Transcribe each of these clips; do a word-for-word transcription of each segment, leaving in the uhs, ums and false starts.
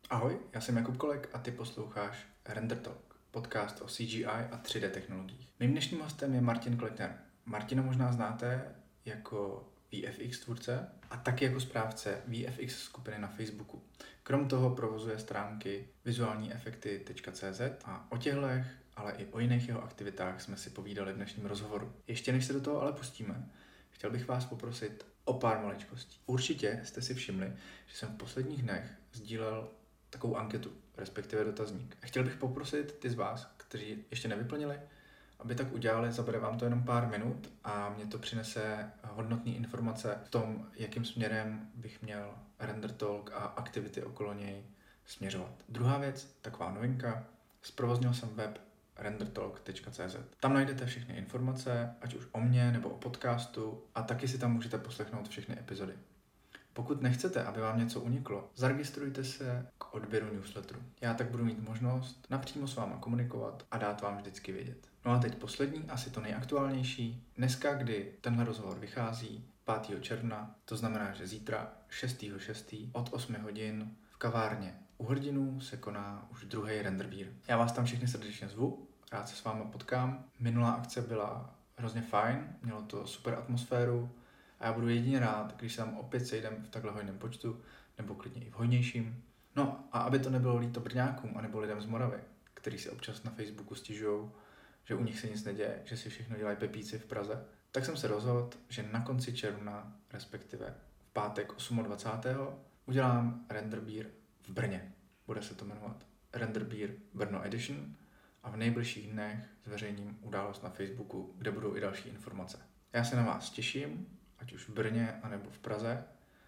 Ahoj, já jsem Jakub Kolek a ty posloucháš Render Talk, podcast o C G I a tři D technologiích. Mým dnešním hostem je Martin Kleckner. Martina možná znáte jako V F X tvůrce a taky jako správce V F X skupiny na Facebooku. Krom toho provozuje stránky vizuální efekty tečka cé zet a o těchto, ale i o jiných jeho aktivitách jsme si povídali v dnešním rozhovoru. Ještě než se do toho ale pustíme, chtěl bych vás poprosit o pár maličkostí. Určitě jste si všimli, že jsem v posledních dnech sdílel takovou anketu, respektive dotazník. A chtěl bych poprosit ty z vás, kteří ještě nevyplnili, aby tak udělali, zabere vám to jenom pár minut a mě to přinese hodnotné informace v tom, jakým směrem bych měl Render Talk a aktivity okolo něj směřovat. Druhá věc, taková novinka, zprovoznil jsem web rendertalk tečka cé zet. Tam najdete všechny informace, ať už o mně nebo o podcastu a taky si tam můžete poslechnout všechny epizody. Pokud nechcete, aby vám něco uniklo, zaregistrujte se k odběru newsletteru. Já tak budu mít možnost napřímo s váma komunikovat a dát vám vždycky vědět. No a teď poslední, asi to nejaktuálnější. Dneska, kdy tenhle rozhovor vychází, pátého června, to znamená, že zítra, šestého šestého od osm hodin v kavárně U Hrdinů se koná už druhý Render Beer. Já vás tam všechny srdečně zvu, rád se s váma potkám. Minulá akce byla hrozně fajn, mělo to super atmosféru a já budu jedině rád, když se tam opět sejdem v takhle hojném počtu, nebo klidně i v hojnějším. No a aby to nebylo líto Brňákům anebo lidem z Moravy, kteří si občas na Facebooku stěžujou, že u nich se nic neděje, že si všechno dělají pepíci v Praze, tak jsem se rozhodl, že na konci června, respektive v pátek dvacátého osmého udělám Render Beer v Brně. Bude se to jmenovat Render Beer Brno Edition a v nejbližších dnech zveřejním událost na Facebooku, kde budou i další informace. Já se na vás těším, ať už v Brně, anebo v Praze.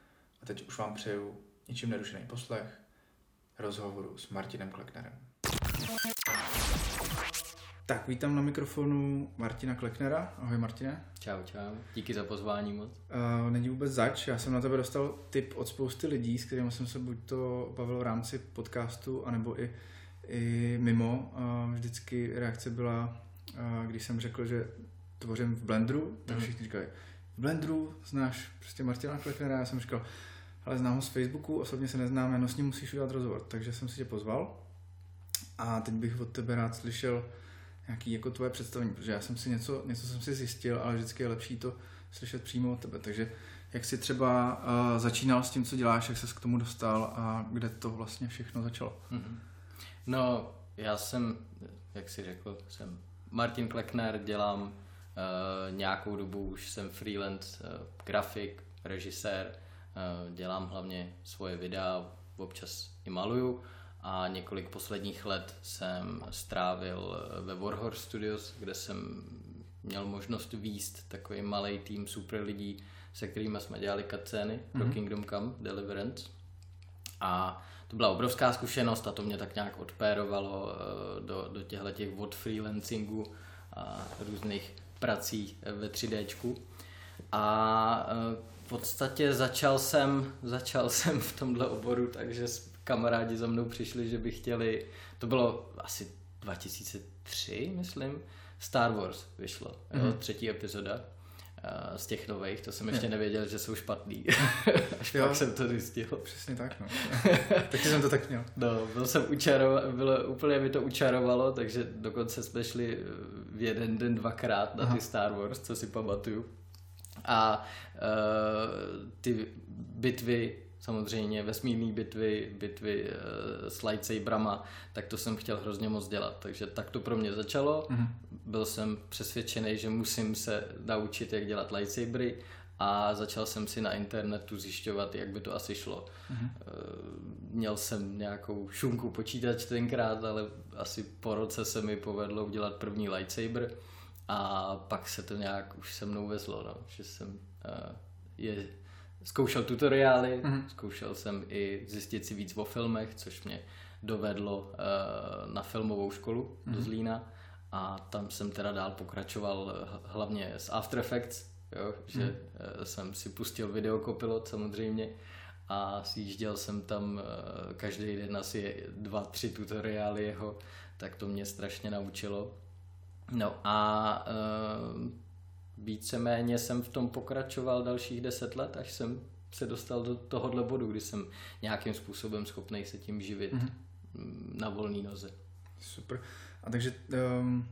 A teď už vám přeju ničím nerušený poslech rozhovoru s Martinem Klecknerem. Tak, vítám na mikrofonu Martina Klecknera. Ahoj Martine. Čau, čau. Díky za pozvání moc. Uh, není vůbec zač. Já jsem na tebe dostal tip od spousty lidí, s kterými jsem se buď to bavil v rámci podcastu, anebo i, i mimo. Uh, vždycky reakce byla, uh, když jsem řekl, že tvořím v Blenderu, tak mm. všichni říkali, v Blenderu znáš prostě Martina Klecknera. Já jsem říkal, ale znám ho z Facebooku, osobně se neznáme, no s ním musíš udělat rozhovor. Takže jsem si tě pozval a teď bych od tebe rád slyšel nějaký jako tvoje představení, protože já jsem si něco, něco jsem si zjistil, ale vždycky je lepší to slyšet přímo od tebe. Takže jak jsi třeba uh, začínal s tím, co děláš, jak ses k tomu dostal a kde to vlastně všechno začalo? Mm-hmm. No, já jsem, jak jsi řekl, jsem Martin Kleckner, dělám uh, nějakou dobu, už jsem freelance, uh, grafik, režisér, uh, dělám hlavně svoje videa, občas i maluju. A několik posledních let jsem strávil ve Warhorse Studios, kde jsem měl možnost vést takový malý tým super lidí, se kterými jsme dělali cutscény pro mm-hmm. Kingdom Come Deliverance. A to byla obrovská zkušenost a to mě tak nějak odpérovalo do, do těchto těch od freelancingu a různých prací ve tři déčku. A v podstatě začal jsem, začal jsem v tomhle oboru, takže kamarádi za mnou přišli, že by chtěli, to bylo asi dva tisíce tři, myslím, Star Wars vyšlo, mm-hmm. jo, třetí epizoda uh, z těch nových, to jsem ještě nevěděl, že jsou špatný, až jo, pak jsem to zjistil. Přesně tak, no. Taky jsem to tak měl. No, byl jsem učarova, bylo, úplně mi to učarovalo, takže dokonce jsme šli v jeden den dvakrát na Aha. ty Star Wars, co si pamatuju. A uh, ty bitvy, samozřejmě vesmírné bitvy, bitvy uh, s lightsaberama, tak to jsem chtěl hrozně moc dělat. Takže tak to pro mě začalo. Mm-hmm. Byl jsem přesvědčený, že musím se naučit, jak dělat lightsabery a začal jsem si na internetu zjišťovat, jak by to asi šlo. Mm-hmm. Uh, měl jsem nějakou šunku počítač tenkrát, ale asi po roce se mi povedlo udělat první lightsaber a pak se to nějak už se mnou vezlo, no, že jsem uh, je zkoušel tutoriály, mm-hmm. zkoušel jsem i zjistit si víc o filmech, což mě dovedlo uh, na filmovou školu mm-hmm. do Zlína a tam jsem teda dál pokračoval hlavně s After Effects, jo, že mm-hmm. uh, jsem si pustil videokopilot samozřejmě a sjížděl jsem tam uh, každý den asi dva, tři tutoriály jeho, tak to mě strašně naučilo. No a uh, víceméně jsem v tom pokračoval dalších deset let, až jsem se dostal do tohohle bodu, kdy jsem nějakým způsobem schopnej se tím živit mm-hmm. na volný noze. Super. A takže um,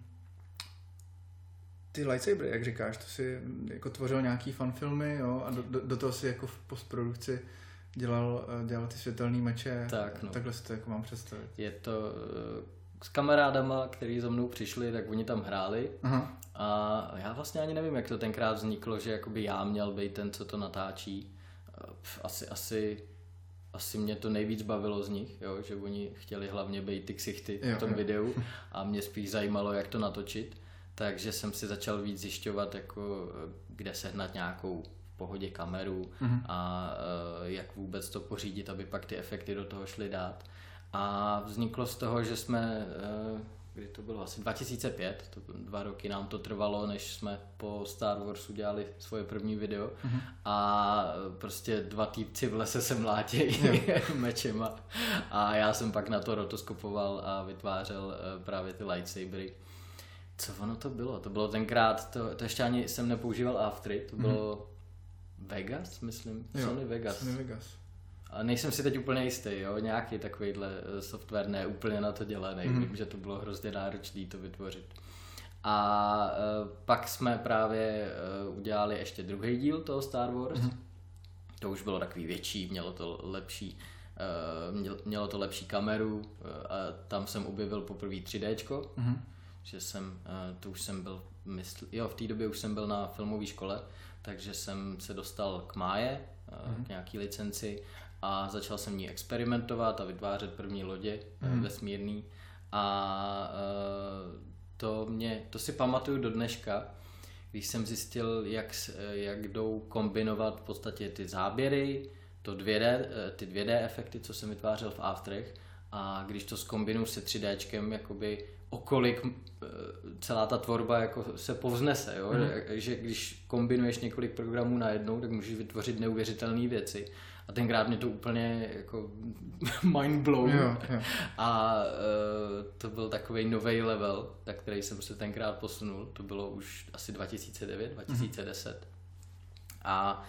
ty lightsabery, jak říkáš, to si jako tvořil nějaký fanfilmy, jo, a do, do, do toho si jako v postprodukci dělal, dělal ty světelný meče. Tak, no. Takhle si to jako mám představit. Je to s kamarádama, kteří za mnou přišli, tak oni tam hráli. Aha. A já vlastně ani nevím, jak to tenkrát vzniklo, že jakoby já měl být ten, co to natáčí. Asi, asi, asi mě to nejvíc bavilo z nich, jo, že oni chtěli hlavně být ty ksichty v tom jo. videu a mě spíš zajímalo, jak to natočit. Takže jsem si začal víc zjišťovat, jako, kde sehnat nějakou v pohodě kameru mm-hmm. a uh, jak vůbec to pořídit, aby pak ty efekty do toho šly dát. A vzniklo z toho, že jsme, uh, kdy to bylo asi dva tisíce pět, to dva roky nám to trvalo, než jsme po Star Warsu dělali svoje první video mm-hmm. a prostě dva týpci v lese se mlátějí mečema a já jsem pak na to rotoskopoval a vytvářel uh, právě ty lightsabery. Co ono to bylo? To bylo tenkrát, to, to ještě ani jsem nepoužíval Aftery, to bylo mm-hmm. Vegas, myslím, jo, Sony Vegas. Sony Vegas. A nejsem si teď úplně jistý, jo, nějaký takovýhle software ne úplně na to dělaný, mm-hmm. vím, že to bylo hrozně náročné to vytvořit. A uh, pak jsme právě uh, udělali ještě druhý díl toho Star Wars, mm-hmm. to už bylo takový větší, mělo to lepší, uh, mělo to lepší kameru uh, a tam jsem objevil poprvé tři déčko. Mm-hmm. že jsem, to už jsem byl, mysl, jo, v té době už jsem byl na filmové škole, takže jsem se dostal k Máje, mm. k nějaký licenci a začal jsem ní experimentovat a vytvářet první lodě mm. vesmírný a to mě, to si pamatuju do dneška, když jsem zjistil, jak, jak jdou kombinovat v podstatě ty záběry, to dvě dé, ty dvě dé efekty, co jsem vytvářel v Afterech a když to zkombinuju se tři déčkem, jakoby okolik celá ta tvorba jako se povznese, jo? Mm. Že když kombinuješ několik programů najednou, tak můžeš vytvořit neuvěřitelné věci. A tenkrát mě to úplně jako mind blown. Jo, jo. A uh, to byl takovej novej level, na který jsem se tenkrát posunul. To bylo už asi dva tisíce devět, dva tisíce deset. Mm. A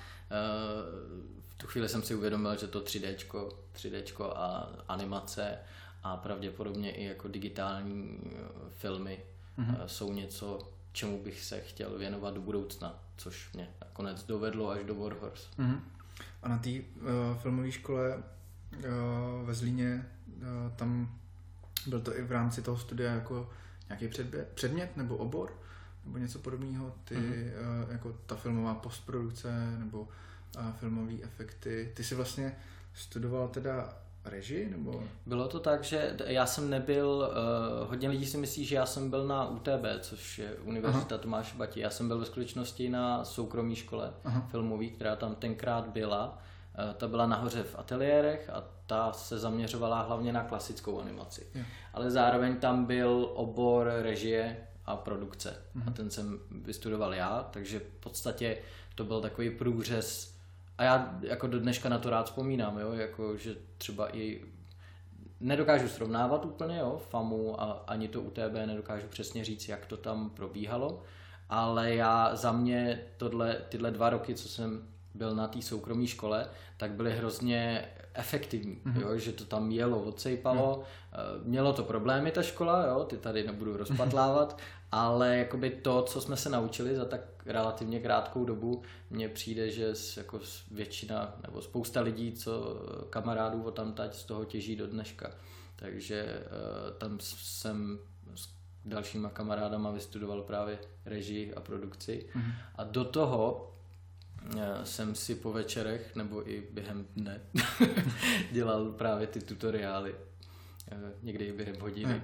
uh, v tu chvíli jsem si uvědomil, že to tři déčko, tři déčko a animace a pravděpodobně i jako digitální filmy mm-hmm. jsou něco, čemu bych se chtěl věnovat do budoucna, což mě nakonec dovedlo až do Warhorse. Mm-hmm. A na té uh, filmové škole uh, ve Zlíně, uh, tam byl to i v rámci toho studia jako nějaký předbě- předmět nebo obor, nebo něco podobného, ty, mm-hmm. uh, jako ta filmová postprodukce nebo uh, filmové efekty. Ty jsi vlastně studoval teda režii, nebo? Bylo to tak, že já jsem nebyl, uh, hodně lidí si myslí, že já jsem byl na U T B, což je Univerzita Aha. Tomáše Bati. Já jsem byl ve skutečnosti na soukromé škole Aha. filmový, která tam tenkrát byla. Uh, ta byla nahoře v ateliérech a ta se zaměřovala hlavně na klasickou animaci. Je. Ale zároveň tam byl obor režie a produkce. Aha. A ten jsem vystudoval já, takže v podstatě to byl takový průřez. A já jako do dneška na to rád vzpomínám, jo? Jako, že třeba i nedokážu srovnávat úplně, jo? FAMu a ani to U T B nedokážu přesně říct, jak to tam probíhalo, ale já za mě tohle, tyhle dva roky, co jsem byl na té soukromé škole, tak byly hrozně efektivní, mm-hmm. jo? Že to tam jelo, odsejpalo, mm. mělo to problémy ta škola, jo? Ty tady nebudu rozpatlávat, ale jakoby to, co jsme se naučili za tak relativně krátkou dobu, mně přijde, že jako většina nebo spousta lidí, co kamarádů odtamtať z toho těží do dneška. Takže uh, tam jsem s dalšíma kamarádama vystudoval právě režii a produkci. Mm-hmm. A do toho uh, jsem si po večerech nebo i během dne dělal právě ty tutoriály. Uh, někdy i během hodiny.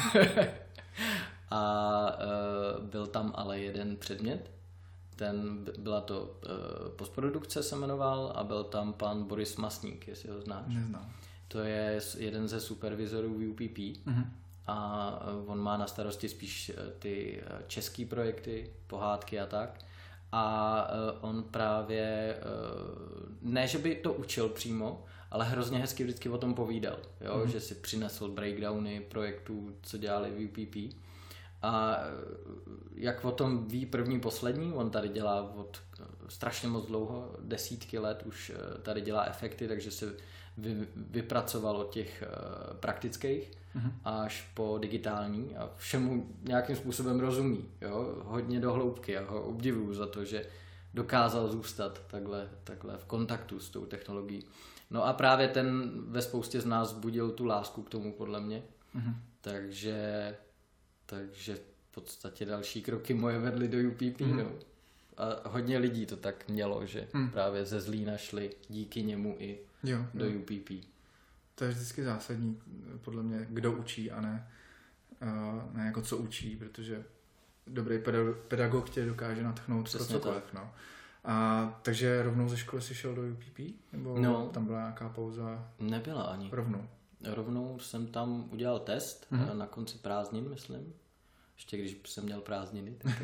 A uh, byl tam ale jeden předmět, ten byla to uh, postprodukce se jmenoval a byl tam pan Boris Masník, jestli ho znáš. Neznám. To je jeden ze supervizorů v U P P uh-huh. a on má na starosti spíš ty český projekty, pohádky a tak. A uh, on právě, uh, ne že by to učil přímo, ale hrozně hezky vždycky o tom povídal, jo? Uh-huh. Že si přinesl breakdowny projektů, co dělali v U P P. A jak o tom ví první poslední, on tady dělá od strašně moc dlouho, desítky let už tady dělá efekty, takže se vy, vypracoval od těch praktických mm-hmm. až po digitální a všemu nějakým způsobem rozumí, jo? Hodně do hloubky, já ho obdivuju za to, že dokázal zůstat takhle, takhle v kontaktu s tou technologií. No a právě ten ve spoustě z nás budil tu lásku k tomu, podle mě. Mm-hmm. Takže, takže v podstatě další kroky moje vedly do U P P. Mm-hmm. No. A hodně lidí to tak mělo, že mm. právě ze Zlína šli díky němu i jo, do jo. U P P. To je vždycky zásadní, podle mě, kdo učí a ne, uh, ne jako co učí, protože dobrý pedagog, pedagog tě dokáže natchnout pro cokoliv. No. A takže rovnou ze školy jsi šel do U P P? Nebo no, tam byla nějaká pauza? Nebyla ani. Rovnou? Rovnou jsem tam udělal test mm-hmm. na konci prázdnin, myslím. Ještě když jsem měl prázdniny. Tak...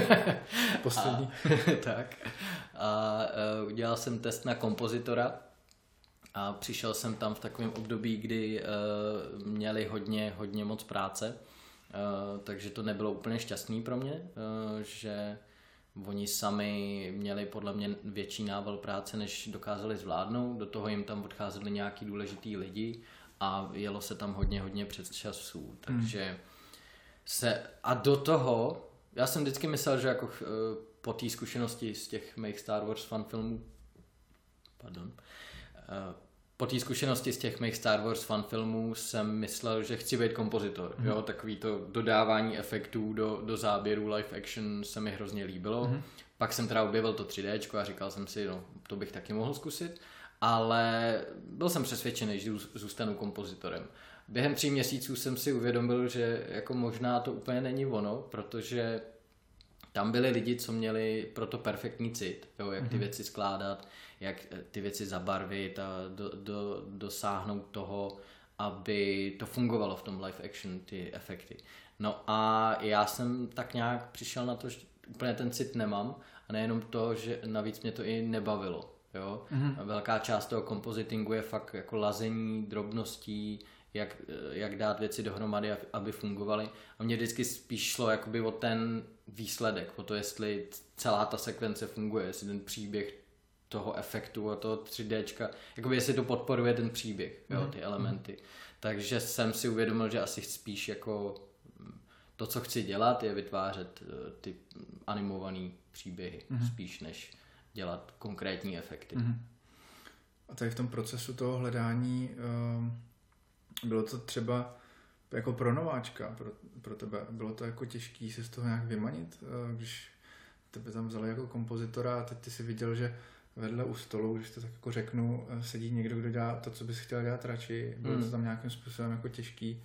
Poslední. A, tak. A uh, udělal jsem test na kompozitora a přišel jsem tam v takovém období, kdy uh, měli hodně, hodně moc práce. Uh, takže to nebylo úplně šťastný pro mě, uh, že oni sami měli podle mě větší nával práce, než dokázali zvládnout. Do toho jim tam odcházeli nějaký důležitý lidi a jelo se tam hodně, hodně před časů. Takže hmm. se... A do toho, já jsem vždycky myslel, že jako uh, po té zkušenosti z těch mých Star Wars fan filmů, pardon, uh, po té zkušenosti z těch mých Star Wars fan filmů jsem myslel, že chci být kompozitor. Mm. Jo, takový to dodávání efektů do, do záběrů live action se mi hrozně líbilo. Mm. Pak jsem teda objevil to tři déčko a říkal jsem si, no, to bych taky mohl zkusit, ale byl jsem přesvědčený, že zůstanu kompozitorem. Během tří měsíců jsem si uvědomil, že jako možná to úplně není ono, protože tam byli lidi, co měli pro to perfektní cit, jo, jak ty mm. věci skládat, jak ty věci zabarvit a do, do, dosáhnout toho, aby to fungovalo v tom live action, ty efekty. No a já jsem tak nějak přišel na to, že úplně ten cit nemám a nejenom to, že navíc mě to i nebavilo. Jo? Mm-hmm. Velká část toho kompozitingu je fakt jako lazení drobností, jak, jak dát věci dohromady, aby fungovaly. A mě vždycky spíš šlo jakoby o ten výsledek, o to, jestli celá ta sekvence funguje, jestli ten příběh toho efektu a toho tři déčka, jakoby jestli to podporuje ten příběh, mm-hmm. jo, ty elementy. Mm-hmm. Takže jsem si uvědomil, že asi spíš jako to, co chci dělat, je vytvářet ty animované příběhy, mm-hmm. spíš než dělat konkrétní efekty. Mm-hmm. A tady v tom procesu toho hledání um, bylo to třeba jako pro nováčka, pro, pro tebe, bylo to jako těžký se z toho nějak vymanit, když tebe tam vzali jako kompozitora a teď ty si viděl, že vedle u stolu, když to tak jako řeknu, sedí někdo, kdo dělá to, co bys chtěl dělat radši. Bylo mm. to tam nějakým způsobem jako těžký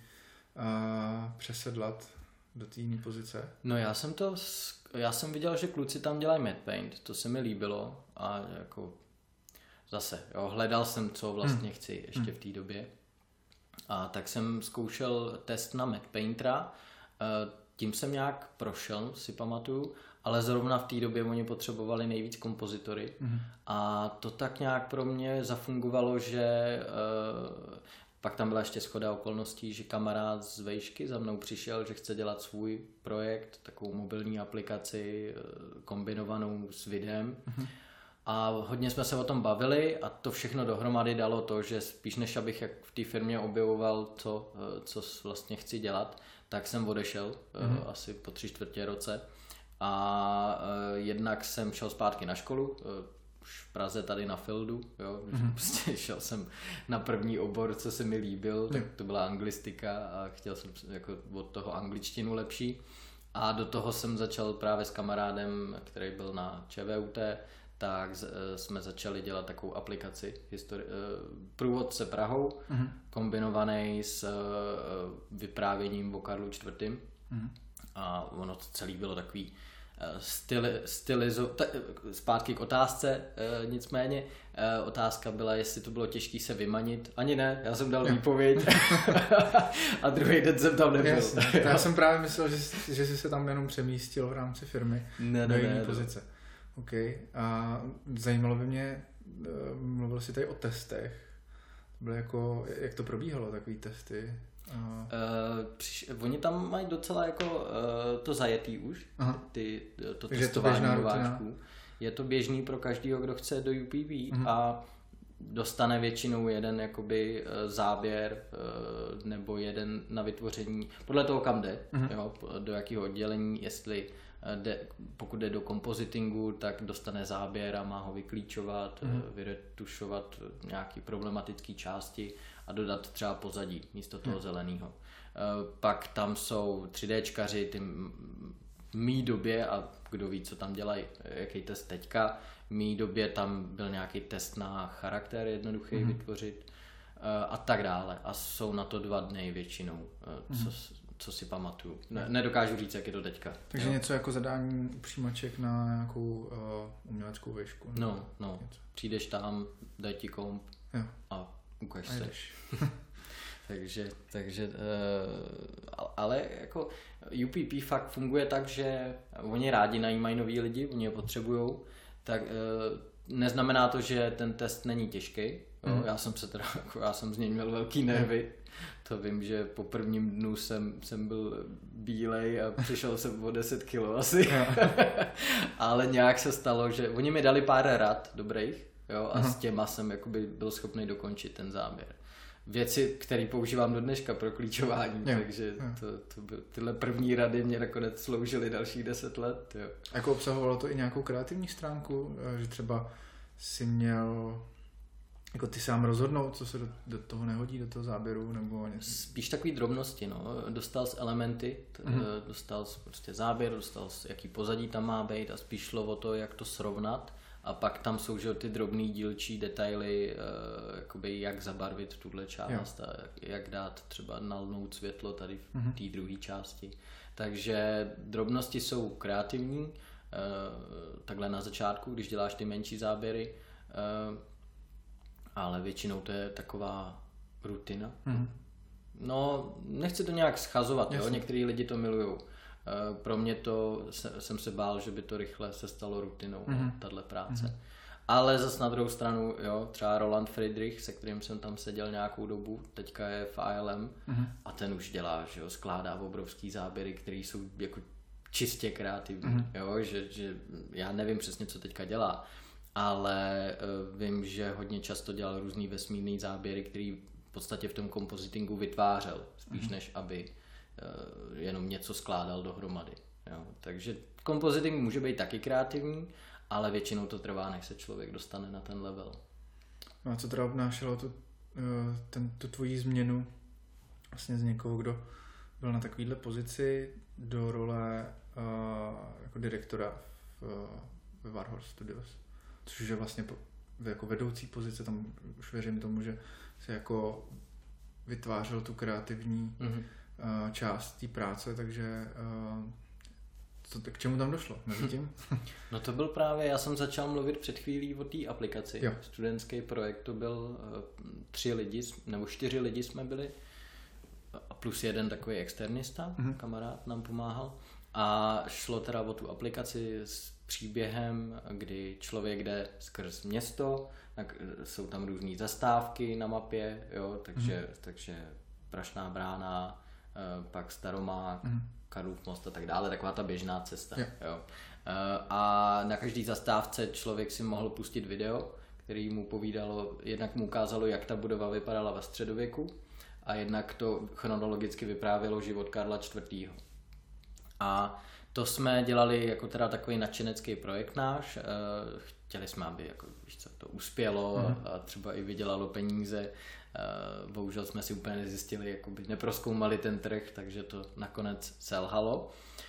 a přesedlat do té jiné pozice? No já jsem to, já jsem viděl, že kluci tam dělají matte paint, to se mi líbilo a jako zase, jo, hledal jsem, co vlastně mm. chci ještě mm. v té době. A tak jsem zkoušel test na matte paintera, tím jsem nějak prošel, si pamatuju, ale zrovna v té době oni potřebovali nejvíc kompozitory mm. a to tak nějak pro mě zafungovalo, že uh, pak tam byla ještě shoda okolností, že kamarád z vejšky za mnou přišel, že chce dělat svůj projekt, takovou mobilní aplikaci uh, kombinovanou s videem mm. a hodně jsme se o tom bavili a to všechno dohromady dalo to, že spíš než abych jak v té firmě objevoval to, uh, co vlastně chci dělat, tak jsem odešel mm. uh, asi po tři čtvrtě roce. A uh, jednak jsem šel zpátky na školu, uh, už v Praze tady na Fildu, jo, mm-hmm. prostě šel jsem na první obor, co se mi líbil, tak to byla anglistika a chtěl jsem jako od toho angličtinu lepší. A do toho jsem začal právě s kamarádem, který byl na ČVUT, tak z, uh, jsme začali dělat takovou aplikaci histori- uh, průvodce Prahou, mm-hmm. kombinovaný s uh, vyprávěním o Karlu čtvrtém. Mm-hmm. A ono to celé bylo takový styli, stylizo... Ta, zpátky k otázce, e, nicméně e, otázka byla, jestli to bylo těžké se vymanit. Ani ne, já jsem dal výpověď a druhý den jsem tam nebyl. Jasně. Já jsem právě myslel, že, že jsi se tam jenom přemístil v rámci firmy ne, do ne, jiné ne, pozice. Ne. OK. A zajímalo by mě, mluvil jsi tady o testech. Bylo jako, jak to probíhalo, takový testy? Uh, přiš, oni tam mají docela jako uh, to zajetý už, ty, to Takže testování nováčků. Je to běžný pro každýho, kdo chce do U P B uh-huh. a dostane většinou jeden jakoby záběr uh, nebo jeden na vytvoření, podle toho kam jde, uh-huh. jo, do jakého oddělení, jestli jde, pokud jde do kompozitingu, tak dostane záběr a má ho vyklíčovat, uh-huh. vyretušovat nějaký problematické části a dodat třeba pozadí místo toho uh-huh. zeleného. Pak tam jsou tři déčkaři, ty v mý době, a kdo ví, co tam dělají, jaký test teďka, v mý době tam byl nějaký test na charakter jednoduchý mm-hmm. vytvořit a tak dále. A jsou na to dva dny většinou, mm-hmm. co, co si pamatuju. Ne, nedokážu říct, jak je to teďka. Takže jo? Něco jako zadání upřímaček na nějakou uh, uměleckou výšku. No, no. Něco. Přijdeš tam, daj ti komp jo. a ukaž se. takže, takže uh, ale jako U P P fakt funguje tak, že oni rádi najímají nový lidi, oni je potřebujou, tak uh, neznamená to, že ten test není těžký. Jo? Mm. Já jsem se teda, jako já jsem z něj měl velký nervy. To vím, že po prvním dnu jsem, jsem byl bílej a přišel jsem o deset kilo asi. Ale nějak se stalo, že oni mi dali pár rad dobrých, jo, a uh-huh. s těma jsem jakoby byl schopný dokončit ten záběr. Věci, které používám do dneška pro klíčování, jo, takže jo. To, to by, tyhle první rady mě nakonec sloužily dalších deset let. Jo. Jako obsahovalo to i nějakou kreativní stránku, že třeba si měl jako ty sám rozhodnout, co se do, do toho nehodí, do toho záběru, nebo něco? Spíš takový drobnosti, no. Dostal z elementy, t- mm-hmm. dostal z prostě záběr, dostal z jaký pozadí tam má být a spíš šlo o to, jak to srovnat. A pak tam jsou že, ty drobný dílčí detaily, uh, jakoby jak zabarvit tuhle část jo. a jak dát třeba nalnout světlo tady v mm-hmm. té druhé části. Takže drobnosti jsou kreativní, uh, takhle na začátku, když děláš ty menší záběry, uh, ale většinou to je taková rutina. Mm-hmm. No, nechci to nějak schazovat, jo? Některý lidi to milujou. Pro mě to, jsem se bál, že by to rychle se stalo rutinou, mm-hmm. tahle práce. Mm-hmm. Ale zas na druhou stranu, jo, třeba Roland Friedrich, se kterým jsem tam seděl nějakou dobu, teďka je v A L M mm-hmm. a ten už dělá, že jo, skládá obrovský záběry, které jsou jako čistě kreativní, mm-hmm. jo, že, že já nevím přesně, co teďka dělá, ale uh, vím, že hodně často dělal různý vesmírný záběry, který v podstatě v tom kompozitingu vytvářel, spíš mm-hmm. než aby uh, jenom něco skládal dohromady. Jo. Takže kompoziting může být taky kreativní, ale většinou to trvá, než se člověk dostane na ten level. No a co teda obnášelo tu, ten, tu tvoji změnu vlastně z někoho, kdo byl na takovýhle pozici do role uh, jako direktora v, ve Warhorse Studios? Což je vlastně po, jako vedoucí pozice, tam už věřím tomu, že se jako vytvářel tu kreativní mm-hmm. uh, část té práce, takže uh, co, k čemu tam došlo? Nevidím. No to byl právě, já jsem začal mluvit před chvílí o té aplikaci. Jo. Studentský projekt, to byl uh, tři lidi, nebo čtyři lidi jsme byli a plus jeden takový externista, mm-hmm. kamarád nám pomáhal. A šlo teda o tu aplikaci s příběhem, kdy člověk jde skrz město, tak jsou tam různý zastávky na mapě, jo, takže, mm. takže Prašná brána, pak Staromák, mm. Karlův most a tak dále, taková ta běžná cesta. Yeah. Jo. A na každý zastávce člověk si mohl pustit video, který mu povídalo, jednak mu ukázalo, jak ta budova vypadala ve středověku a jednak to chronologicky vyprávělo život Karla čtvrtého. A to jsme dělali jako teda takový nadšenecký projekt náš. Chtěli jsme, aby jako, víš co, to uspělo mm. a třeba i vydělalo peníze. Bohužel jsme si úplně nezjistili, jakoby neprozkoumali ten trh, takže to nakonec selhalo.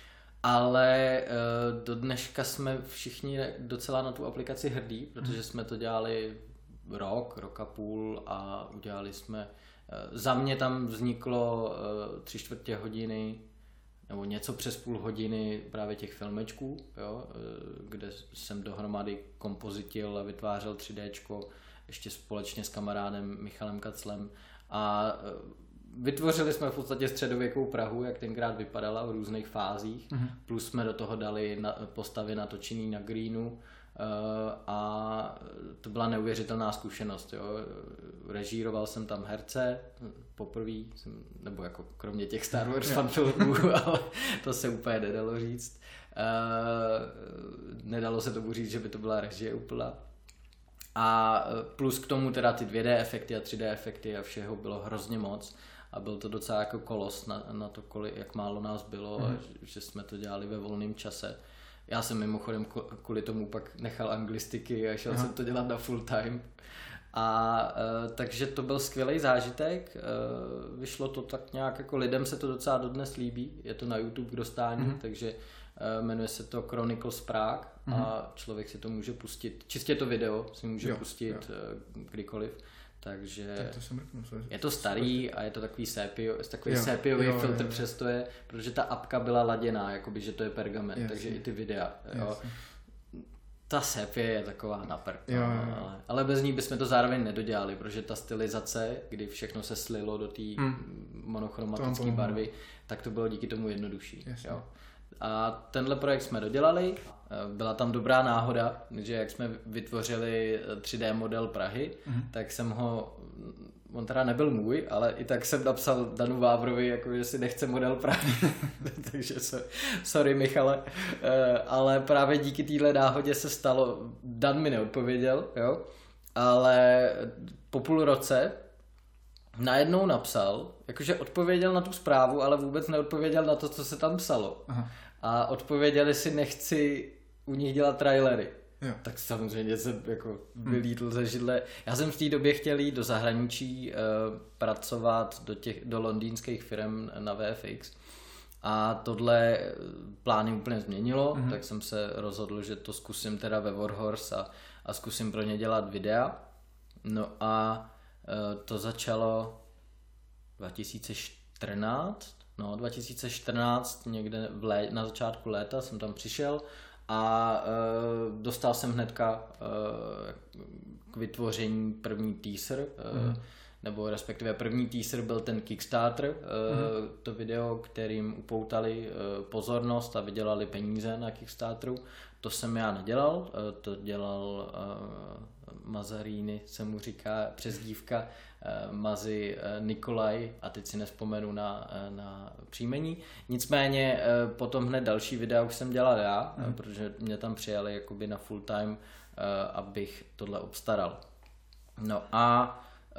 Ale do dneška jsme všichni docela na tu aplikaci hrdí, protože jsme to dělali rok, rok a půl a udělali jsme, za mě tam vzniklo tři čtvrtě hodiny nebo něco přes půl hodiny právě těch filmečků, jo, kde jsem dohromady kompozitil a vytvářel tři déčko ještě společně s kamarádem Michalem Kaclem a vytvořili jsme v podstatě středověkou Prahu, jak tenkrát vypadala v různých fázích, mm-hmm. plus jsme do toho dali na, postavy natočený na greenu a to byla neuvěřitelná zkušenost. Jo. Režíroval jsem tam herce poprvé, nebo jako kromě těch Star Wars fanfilmů, ale to se úplně nedalo říct. Uh, nedalo se tomu říct, že by to byla režie úplná. A plus k tomu teda ty dvě dé efekty a tři dé efekty a všeho bylo hrozně moc. A byl to docela jako kolos na, na to, kolik, jak málo nás bylo mm. a že, že jsme to dělali ve volném čase. Já jsem mimochodem kvůli tomu pak nechal anglistiky a šel Aha. jsem to dělat na full time. A e, takže to byl skvělý zážitek, e, vyšlo to tak nějak, jako lidem se to docela dodnes líbí, je to na YouTube k dostání, mm. takže e, jmenuje se to Chronicles Prague mm. a člověk si to může pustit, čistě to video si může jo, pustit jo. E, kdykoliv. Takže tak to jsem řeknu, je to starý a je to takový sépio, takový sépiový filtr, jo, jo. Přesto je, protože ta apka byla laděná, jakoby, že to je pergament, jasně. Takže i ty videa. Jo. Ta sépie je taková na prd, jo, jo. Ale, ale bez ní bychom to zároveň nedodělali, protože ta stylizace, kdy všechno se slilo do té hmm. monochromatické barvy, tak to bylo díky tomu jednodušší. Jo. A tenhle projekt jsme dodělali, byla tam dobrá náhoda, že jak jsme vytvořili tři dé model Prahy, mm. tak jsem ho, on teda nebyl můj, ale i tak jsem napsal Danu Vávrovi, jako že si nechce model Prahy, takže se, sorry Michale, ale právě díky téhle náhodě se stalo, Dan mi neodpověděl, jo, ale po půl roce najednou napsal, jakože odpověděl na tu zprávu, ale vůbec neodpověděl na to, co se tam psalo. Aha. A odpověděli si, nechci u nich dělat trailery. Jo. Tak samozřejmě jsem jako vylítl ze židle. Já jsem v té době chtěl jít do zahraničí uh, pracovat do, těch, do londýnských firm na V F X. A tohle plány úplně změnilo, mm-hmm. tak jsem se rozhodl, že to zkusím teda ve Warhorse a, a zkusím pro ně dělat videa. No a uh, to začalo dva tisíce čtrnáct. No, dva tisíce čtrnáct, někde v lé, na začátku léta jsem tam přišel a e, dostal jsem hnedka e, k vytvoření první teaser, e, mm. nebo respektive první teaser byl ten Kickstarter, e, mm. to video, kterým upoutali e, pozornost a vydělali peníze na Kickstarteru. To jsem já nedělal, e, to dělal e, Mazarini, se mu říká přezdívka, Mazi Nikolaj, a teď si nespomenu na, na příjmení. Nicméně potom hned další videa už jsem dělal já, hmm. protože mě tam přijali jakoby na full time, abych tohle obstaral. No a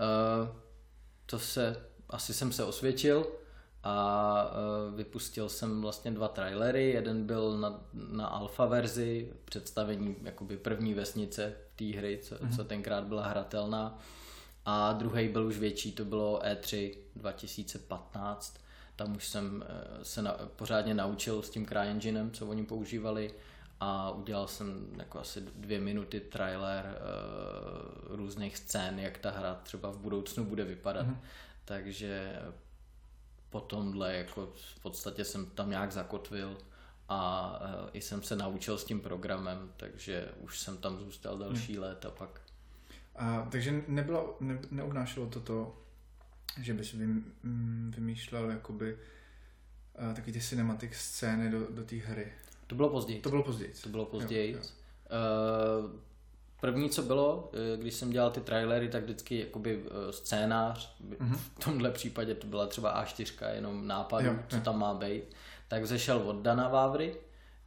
to se, asi jsem se osvědčil a vypustil jsem vlastně dva trailery. Jeden byl na, na alfa verzi, představení jakoby první vesnice v té hry, co, hmm. co tenkrát byla hratelná. A druhý byl už větší, to bylo E tři dva tisíce patnáct. Tam už jsem se na, pořádně naučil s tím CryEnginem, co oni používali, a udělal jsem jako asi dvě minuty trailer uh, různých scén, jak ta hra třeba v budoucnu bude vypadat. Mm-hmm. Takže po tomhle jako v podstatě jsem tam nějak zakotvil a uh, i jsem se naučil s tím programem, takže už jsem tam zůstal další mm. let a pak A, takže nebylo, ne, neobnášelo to to, že bys vy, vymýšlel jakoby uh, taky ty cinematic scény do, do té hry? To bylo později. To bylo později. To bylo později. Jo, jo. Uh, první, co bylo, když jsem dělal ty trailery, tak vždycky jakoby scénář, mm-hmm. v tomhle případě to byla třeba á čtyři, jenom nápadu, jo, co jo. tam má být, tak vzešel od Dana Vávry.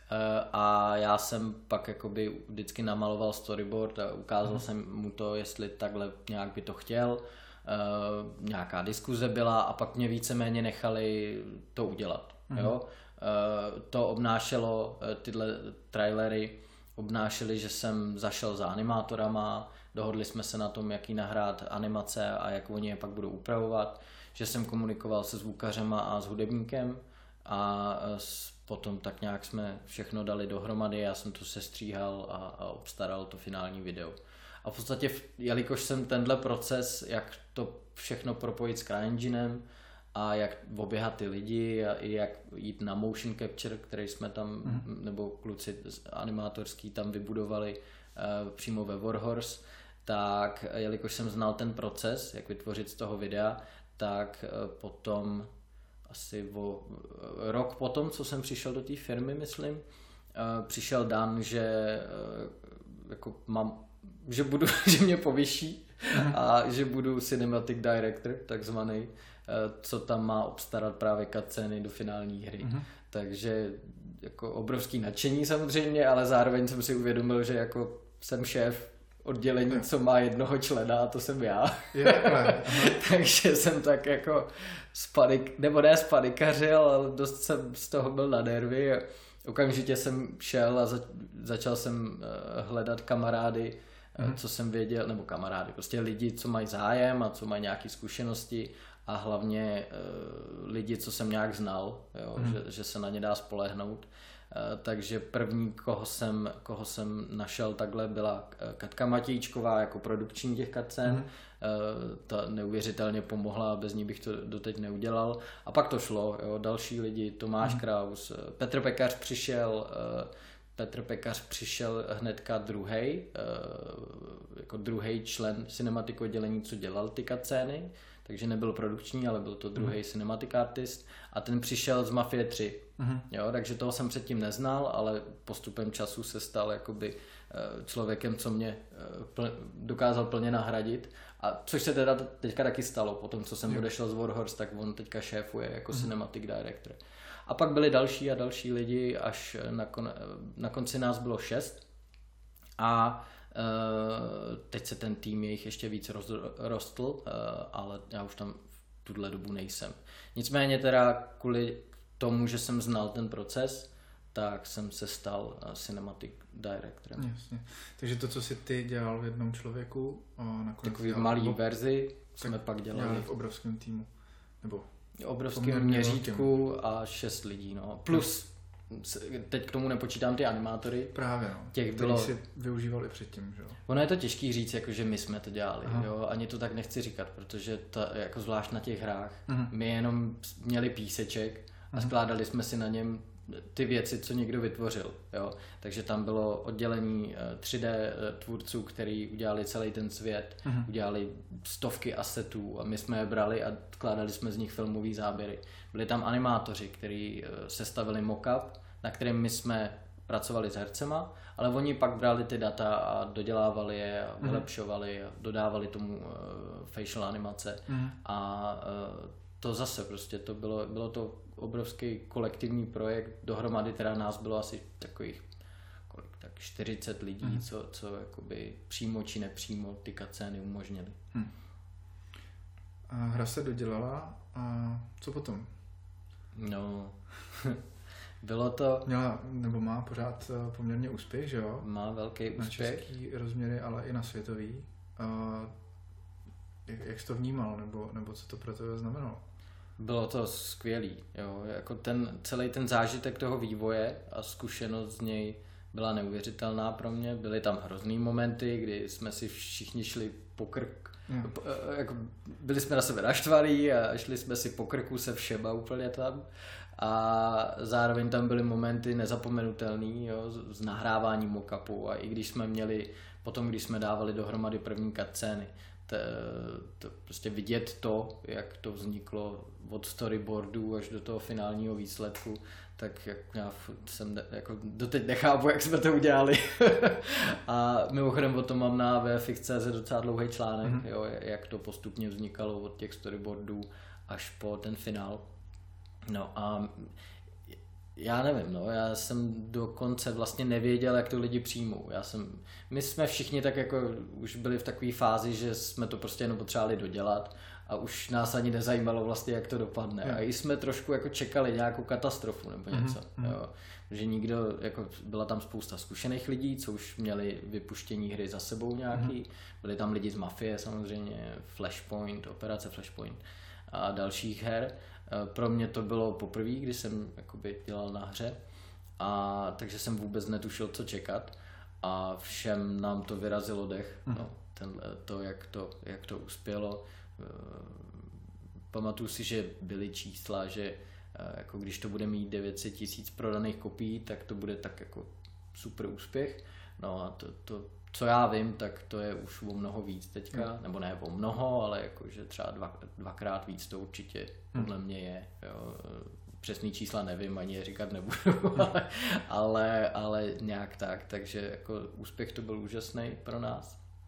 A já jsem pak jakoby vždycky namaloval storyboard a ukázal mm. jsem mu to, jestli takhle nějak by to chtěl. Uh, nějaká diskuze byla a pak mě víceméně nechali to udělat. Mm. Jo? Uh, to obnášelo, tyhle trailery obnášely, že jsem zašel za animátorama, dohodli jsme se na tom, jaký nahrát animace a jak oni je pak budou upravovat, že jsem komunikoval se zvukařema a s hudebníkem a s potom tak nějak jsme všechno dali dohromady, já jsem to sestříhal a, a obstaral to finální video. A v podstatě, jelikož jsem tenhle proces, jak to všechno propojit s CryEnginem a jak oběhat ty lidi a i jak jít na motion capture, který jsme tam, mm. nebo kluci animátorský tam vybudovali uh, přímo ve Warhorse, tak jelikož jsem znal ten proces, jak vytvořit z toho videa, tak uh, potom asi o rok potom, co jsem přišel do té firmy, myslím, přišel Dan, že jako mám že budu, že mě povyší a že budu cinematic director, takzvaný, co tam má obstarat právě cutscény do finální hry. Mm-hmm. Takže jako obrovský nadšení samozřejmě, ale zároveň jsem si uvědomil, že jako jsem šéf oddělení, je. co má jednoho člena, a to jsem já. Takže jsem tak jako spanik, nebo ne spanikařil, ale dost jsem z toho byl na nervy. Okamžitě jsem šel a za, začal jsem uh, hledat kamarády, mm-hmm. uh, co jsem věděl, nebo kamarády, prostě lidi, co mají zájem a co mají nějaké zkušenosti a hlavně uh, lidi, co jsem nějak znal, jo, mm-hmm. že, že se na ně dá spolehnout. Uh, takže první, koho jsem, koho jsem našel takhle, byla Katka Matějčková jako produkční těch cutscén. Mm-hmm. Uh, ta neuvěřitelně pomohla, bez ní bych to doteď neudělal. A pak to šlo, jo, další lidi, Tomáš mm-hmm. Kraus, Petr Pekař přišel, uh, Petr Pekař přišel hnedka druhej, uh, jako druhý člen cinematiku oddělení, co dělal ty cutscény, takže nebyl produkční, ale byl to druhý mm-hmm. cinematic artist a ten přišel z Mafie tři. Mm-hmm. Jo, takže toho jsem předtím neznal, ale postupem času se stal jakoby člověkem, co mě pl- dokázal plně nahradit. A což se teda teďka taky stalo, po tom, co jsem jo. odešel z Warhorse, tak on teďka šéfuje jako mm-hmm. cinematic director. A pak byli další a další lidi, až na, kon- na konci nás bylo šest. A uh, teď se ten tým jejich ještě víc rozrostl, uh, ale já už tam v tuhle dobu nejsem. Nicméně teda kvůli tomu, že jsem znal ten proces, tak jsem se stal uh, cinematic directorem. Jasně. Takže to, co jsi ty dělal v jednom člověku, nakonec takový malý ob... verzi jsme pak dělali v obrovském týmu. Nebo obrovském měřítku a šest lidí. No. Plus teď k tomu nepočítám ty animátory. Právě, no. Těch bylo... si využíval i předtím, že jo? Ono je to těžký říct, jako že my jsme to dělali, jo? Ani to tak nechci říkat, protože to, jako zvlášť na těch hrách, uh-huh. my jenom měli píseček a uh-huh. skládali jsme si na něm ty věci, co někdo vytvořil, jo? Takže tam bylo oddělení tři dé tvůrců, který udělali celý ten svět, uh-huh. udělali stovky asetů a my jsme je brali a skládali jsme z nich filmový záběry. Byli tam animátoři, kteří sestavili mock-up, na kterém my jsme pracovali s hercema, ale oni pak brali ty data a dodělávali je a vylepšovali a dodávali tomu uh, facial animace mm. a uh, to zase prostě to bylo, bylo to obrovský kolektivní projekt, dohromady teda nás bylo asi takových kolik, tak čtyřicet lidí, mm. co, co jakoby přímo či nepřímo ty cutscény umožnili. Mm. A hra se dodělala a co potom? No... Bylo to... Měla, nebo má pořád poměrně úspěch, že jo? Má velký úspěch. Na český rozměry, ale i na světový. Uh, jak, jak jsi to vnímal, nebo, nebo co to pro tebe znamenalo? Bylo to skvělý, jo. Jako ten, celý ten zážitek toho vývoje a zkušenost z něj byla neuvěřitelná pro mě. Byly tam hrozný momenty, kdy jsme si všichni šli po krk. Hmm. Jako, byli jsme na sebe naštvaný a šli jsme si po krku se všema úplně tam. A zároveň tam byly momenty nezapomenutelný, jo, z nahrávání mockupu a i když jsme měli, potom když jsme dávali dohromady první cutscény, to, to prostě vidět to, jak to vzniklo od storyboardu až do toho finálního výsledku, tak jak já jsem jako doteď nechápu, jak jsme to udělali. A mimochodem o tom mám na V F X tečka C Z docela dlouhý článek, mm-hmm. jo, jak to postupně vznikalo od těch storyboardů až po ten finál. No a já nevím, no, já jsem dokonce vlastně nevěděl, jak to lidi přijmou. Já jsem, my jsme všichni tak jako už byli v takové fázi, že jsme to prostě jenom potřebovali dodělat a už nás ani nezajímalo vlastně, jak to dopadne. Yeah. A i jsme trošku jako čekali nějakou katastrofu nebo něco. Mm-hmm. Jo. Že nikdo, jako byla tam spousta zkušených lidí, co už měli vypuštění hry za sebou nějaký. Mm-hmm. Byli tam lidi z Mafie samozřejmě, Flashpoint, Operace Flashpoint a dalších her. Pro mě to bylo poprvé, kdy jsem jakoby dělal na hře, a takže jsem vůbec netušil, co čekat a všem nám to vyrazilo dech, mm. no, ten, to, jak to, jak to uspělo. Pamatuju si, že byly čísla, že jako když to bude mít devět set tisíc prodaných kopií, tak to bude tak jako super úspěch. No a to, to co já vím, tak to je už o mnoho víc teďka, mm. nebo ne o mnoho, ale jakože třeba dva, dvakrát víc to určitě podle mm. mě je. Jo. Přesný čísla nevím, ani je říkat nebudu, mm. ale, ale, ale nějak tak, takže jako úspěch to byl úžasný pro nás.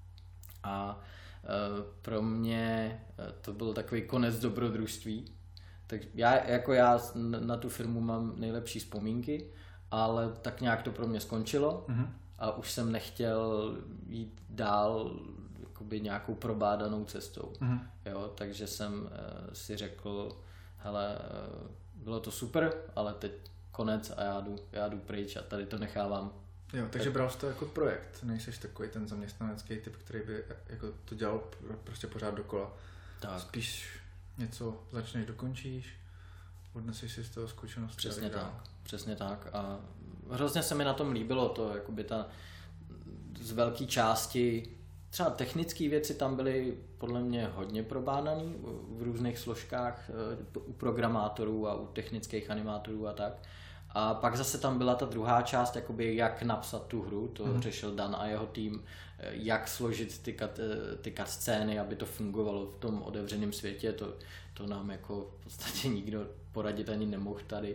A pro mě to byl takový konec dobrodružství. Tak já, jako já na tu firmu mám nejlepší vzpomínky, ale tak nějak to pro mě skončilo mm-hmm. a už jsem nechtěl jít dál jakoby nějakou probádanou cestou. Mm-hmm. Jo, takže jsem si řekl, hele, bylo to super, ale teď konec a já jdu, já jdu pryč a tady to nechávám. Jo, takže tak... bral jsi to jako projekt, nejseš takový ten zaměstnanecký typ, který by jako to dělal prostě pořád dokola. Tak. Spíš něco začneš, dokončíš, odneseš si z toho zkušenosti. Přesně tak, přesně tak a hrozně se mi na tom líbilo to, jakoby ta z velké části, třeba technické věci tam byly podle mě hodně probádaný v různých složkách u programátorů a u technických animátorů a tak. A pak zase tam byla ta druhá část, jakoby jak napsat tu hru, to mm. řešil Dan a jeho tým, jak složit ty, kat, ty cutscény, aby to fungovalo v tom otevřeném světě, to, to nám jako v podstatě nikdo poradit ani nemohl tady.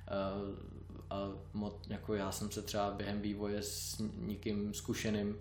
A mod, jako já jsem se třeba během vývoje s nikým zkušeným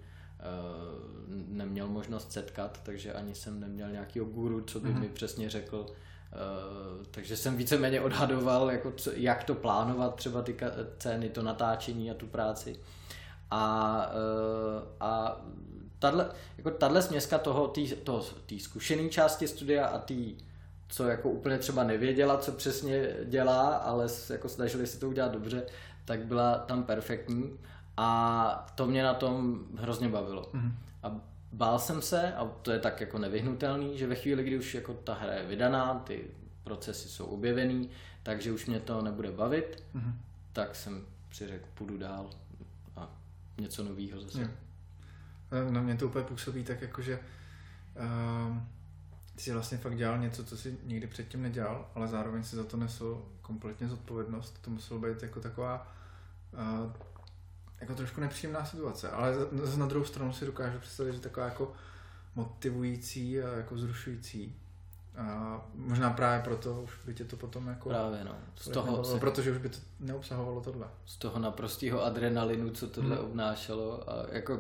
neměl možnost setkat, takže ani jsem neměl nějakýho guru, co by mm. mi přesně řekl. Uh, takže jsem víceméně odhadoval, jako co, jak to plánovat, třeba ty ceny, to natáčení a tu práci. A, uh, a tato, jako tato směska toho, té zkušené části studia a tý, co jako úplně třeba nevěděla, co přesně dělá, ale jako snažili si to udělat dobře, tak byla tam perfektní a to mě na tom hrozně bavilo. Mm-hmm. A bál jsem se, a to je tak jako nevyhnutelný, že ve chvíli, kdy už jako ta hra je vydaná, ty procesy jsou objevený, takže už mě to nebude bavit, mm-hmm. tak jsem si řekl, půjdu dál a něco novýho zase. Jo. Na mě to úplně působí tak jako, že uh, ty jsi vlastně fakt dělal něco, co jsi nikdy předtím nedělal, ale zároveň si za to nesl kompletně zodpovědnost. To muselo být jako taková uh, jako trošku nepříjemná situace, ale na druhou stranu si dokážu představit, že taková jako motivující a jako vzrušující. A možná právě proto už by tě to potom jako... Právě no. Z toho se... Protože už by to neobsahovalo tohle. Z toho naprostého adrenalinu, co tohle hmm. obnášelo. A jako...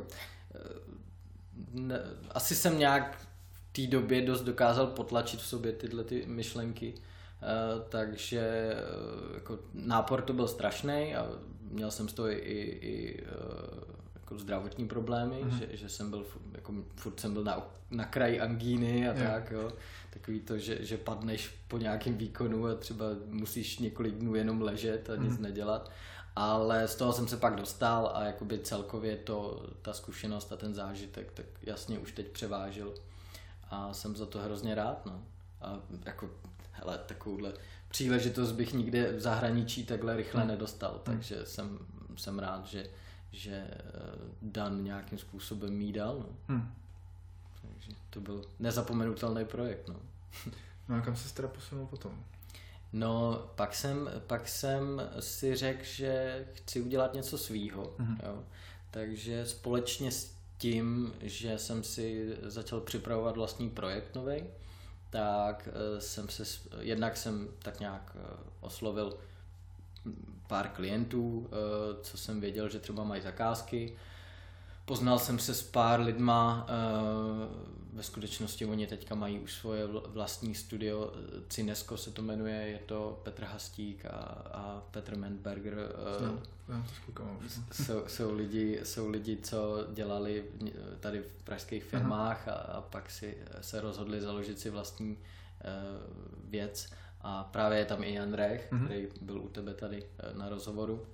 Ne, asi jsem nějak v té době dost dokázal potlačit v sobě tyhle ty myšlenky. Uh, takže uh, jako nápor to byl strašný a měl jsem z toho i, i, i uh, jako zdravotní problémy, mm-hmm. že, že jsem byl, jako furt jsem byl na, na kraji angíny a yeah. tak, jo. Takový to, že, že padneš po nějakém výkonu a třeba musíš několik dnů jenom ležet a nic mm-hmm. nedělat. Ale z toho jsem se pak dostal a jakoby celkově to, ta zkušenost a ten zážitek tak jasně už teď převážil a jsem za to hrozně rád, no. A jako hele, takovouhle příležitost bych nikde v zahraničí takhle rychle hmm. nedostal, takže hmm. jsem, jsem rád, že, že Dan nějakým způsobem mý dal. No. Hmm. Takže to byl nezapomenutelný projekt. No, no a kam se teda posunul potom? No, pak jsem, pak jsem si řekl, že chci udělat něco svýho. Hmm. Jo. Takže společně s tím, že jsem si začal připravovat vlastní projekt novej, tak jsem se, jednak jsem tak nějak oslovil pár klientů, co jsem věděl, že třeba mají zakázky. Poznal jsem se s pár lidma, ve skutečnosti oni teďka mají už svoje vlastní studio, Cinesko se to jmenuje, je to Petr Hastík a, a Petr Mendberger. No, no, jsou, jsou, lidi, jsou lidi, co dělali tady v pražských firmách a, a pak si se rozhodli založit si vlastní uh, věc. A právě je tam i Jan Rech, mm-hmm. který byl u tebe tady uh, na rozhovoru.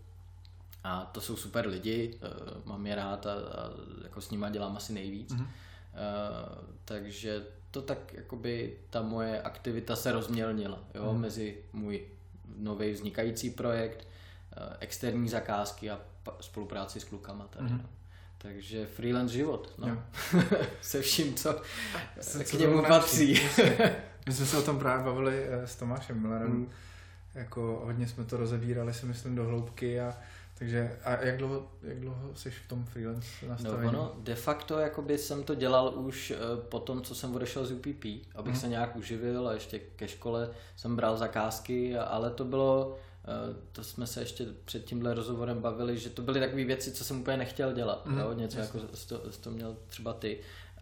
A to jsou super lidi, uh, mám je rád a, a jako s nima dělám asi nejvíc. Mm-hmm. Uh, takže to tak jakoby ta moje aktivita se rozmělnila, jo, mm. mezi můj nový vznikající projekt, uh, externí zakázky a pa- spolupráci s klukama tady. Mm. No. Takže freelance život, no. Se vším, co se k němu patří. My jsme se o tom právě bavili s Tomášem Millerem, mm. jako hodně jsme to rozebírali, si myslím, do hloubky a takže a jak dlouho, jak dlouho jsi v tom freelance nastavení? No ono, de facto jakoby jsem to dělal už po tom, co jsem odešel z U P P, abych mm. se nějak uživil a ještě ke škole jsem bral zakázky, ale to bylo to jsme se ještě před tímhle rozhovorem bavili, že to byly takové věci, co jsem úplně nechtěl dělat, mm, jo? Něco jasný. Jako to, to měl třeba ty,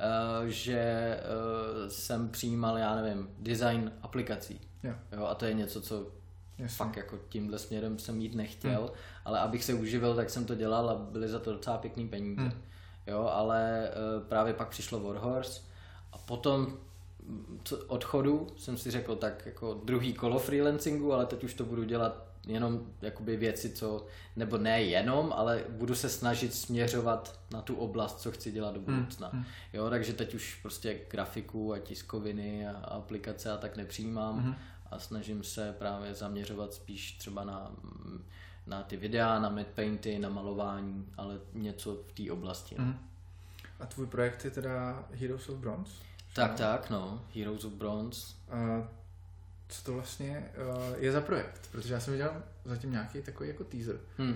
že jsem přijímal, já nevím, design aplikací, yeah. jo? A to je něco, co jasný. Fakt jako tímhle směrem jsem jít nechtěl, mm. ale abych se uživil, tak jsem to dělal a byly za to docela pěkný peníze, mm. jo? Ale právě pak přišlo Warhorse a potom odchodu jsem si řekl tak jako druhý kolo freelancingu, ale teď už to budu dělat jenom jakoby věci, co, nebo ne jenom, ale budu se snažit směřovat na tu oblast, co chci dělat do budoucna. Hmm. Jo, takže teď už prostě grafiku a tiskoviny a aplikace a tak nepřijímám hmm. a snažím se právě zaměřovat spíš třeba na, na ty videa, na matte painty, na malování, ale něco v té oblasti. Hmm. A tvůj projekt je teda Heroes of Bronze? Tak, tak, no. Heroes of Bronze. Uh, co to vlastně uh, je za projekt? Protože já jsem viděl zatím nějaký takový jako teaser. Hmm.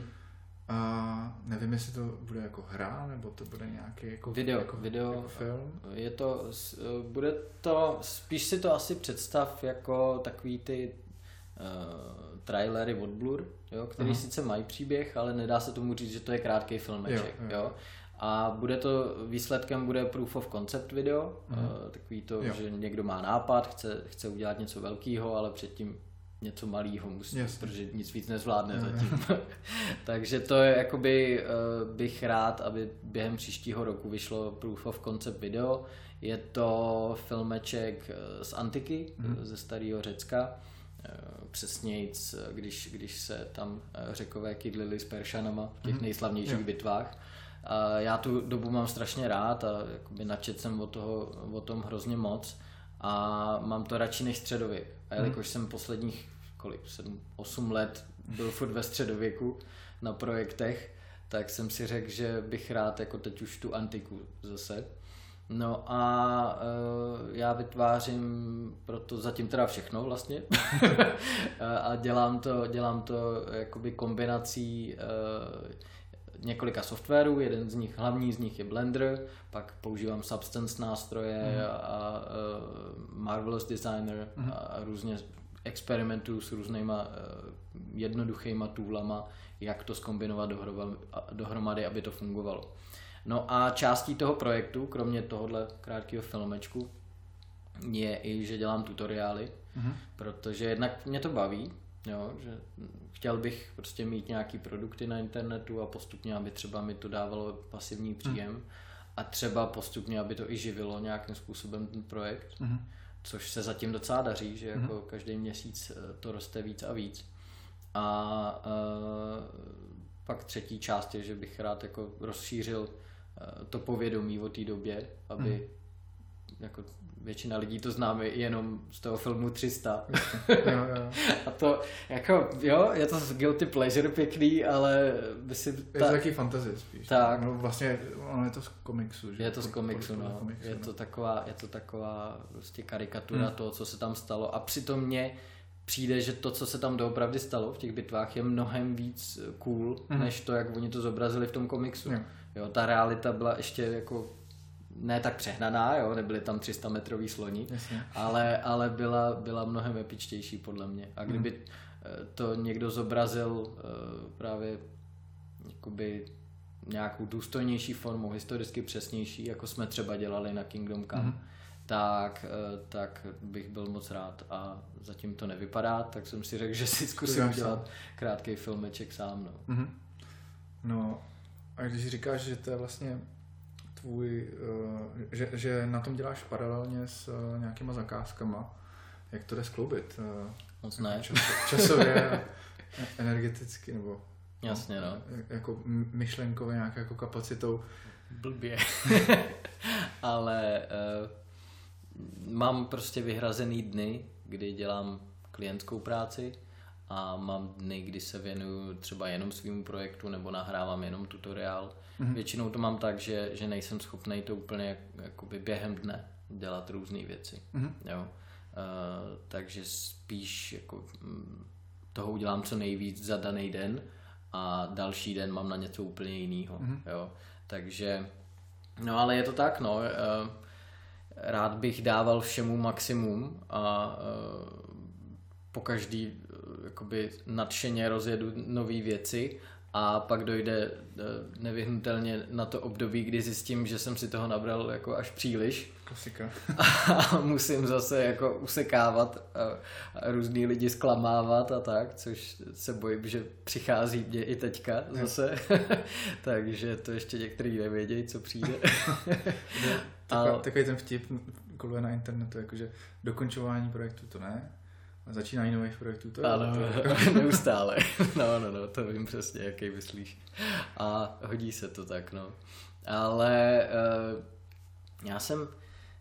A uh, nevím, jestli to bude jako hra, nebo to bude nějaký jako video, jako, video jako film. Je to, bude to, spíš si to asi představ jako takový ty uh, trailery od Blur, jo, který uh-huh. sice mají příběh, ale nedá se tomu říct, že to je krátký filmeček, jo. jo. jo. A bude to, výsledkem bude proof of concept video, mm-hmm. takový to, jo. že někdo má nápad, chce, chce udělat něco velkého, ale předtím něco malého musí, Jasně. protože nic víc nezvládne mm-hmm. zatím. Takže to je jakoby, bych rád, aby během příštího roku vyšlo proof of concept video. Je to filmeček z antiky, mm-hmm. ze starého Řecka. Přesnějc, když, když se tam Řekové kydlili s Peršanama v těch mm-hmm. nejslavnějších jo. bitvách. A já tu dobu mám strašně rád a jakoby načet jsem o, toho, o tom hrozně moc a mám to radši než středověk. A jelikož jsem posledních kolik, sedm, osm let byl furt ve středověku na projektech, tak jsem si řekl, že bych rád jako teď už tu antiku zase. No a e, já vytvářím proto zatím teda všechno vlastně a dělám to, dělám to jakoby kombinací e, několika softwarů, jeden z nich, hlavní z nich je Blender, pak používám Substance nástroje mm. a, a Marvelous Designer mm. a různě experimentuju s různýma jednoduchýma toolama, jak to zkombinovat dohromady, aby to fungovalo. No a částí toho projektu, kromě tohohle krátkého filmečku, je i, že dělám tutoriály, mm. protože jednak mě to baví, jo, že chtěl bych prostě mít nějaký produkty na internetu a postupně, aby třeba mi to dávalo pasivní příjem mm. a třeba postupně, aby to i živilo nějakým způsobem ten projekt, mm. což se zatím docela daří, že jako mm. každý měsíc to roste víc a víc. A uh, pak třetí část je, že bych rád jako rozšířil uh, to povědomí o té době, aby mm. jako většina lidí to známe jenom z toho filmu tři sta. jo, jo. A to jako, jo, je to guilty pleasure pěkný, ale by si... Ta... Je to taky fantasy spíš. Tak. No vlastně, ono je to z komiksu. Že? Je to z komiksu, no. Komiksu, je, to taková, je to taková prostě karikatura hmm. toho, co se tam stalo. A přitom mně přijde, že to, co se tam doopravdy stalo v těch bitvách, je mnohem víc cool, hmm. než to, jak oni to zobrazili v tom komiksu. Hmm. Jo, ta realita byla ještě jako ne tak přehnaná, jo, nebyly tam tři sta metrový sloni, ale, ale byla, byla mnohem epičtější podle mě. A kdyby mm. to někdo zobrazil uh, právě jakoby nějakou důstojnější formou, historicky přesnější, jako jsme třeba dělali na Kingdom Come, mm. tak, uh, tak bych byl moc rád. A zatím to nevypadá, tak jsem si řekl, že si zkusím dělat krátký filmeček sám. No. Mm. no a když říkáš, že to je vlastně tvůj, že, že na tom děláš paralelně s nějakýma zakázkama, jak to jde skloubit? Moc ne. Čas, časově, energeticky, nebo jasně, no. Jako myšlenkově nějakou jako kapacitou? Blbě. Ale uh, mám prostě vyhrazený dny, kdy dělám klientskou práci a mám dny, kdy se věnuju třeba jenom svýmu projektu nebo nahrávám jenom tutoriál. Mm-hmm. Většinou to mám tak, že, že nejsem schopný to úplně jak, jakoby během dne dělat různé věci. Mm-hmm. Jo? Uh, takže spíš jako, toho udělám co nejvíc za daný den a další den mám na něco úplně jiného. Mm-hmm. Jo? Takže, no ale je to tak, no. Uh, rád bych dával všemu maximum a uh, po každý jakoby nadšeně rozjedu nové věci a pak dojde nevyhnutelně na to období, kdy zjistím, že jsem si toho nabral jako až příliš. Klasika. A musím zase jako usekávat a různý lidi zklamávat a tak, což se bojím, že přichází mě i teďka zase. Takže to ještě některý nevědějí, co přijde. Takový, takový ten vtip koluje na internetu, jakože dokončování projektu to ne, a začínání nových projektů to je. Ano, to... neustále. No, no, no, to vím přesně, jaký myslíš. A hodí se to tak, no. Ale uh, já jsem, uh,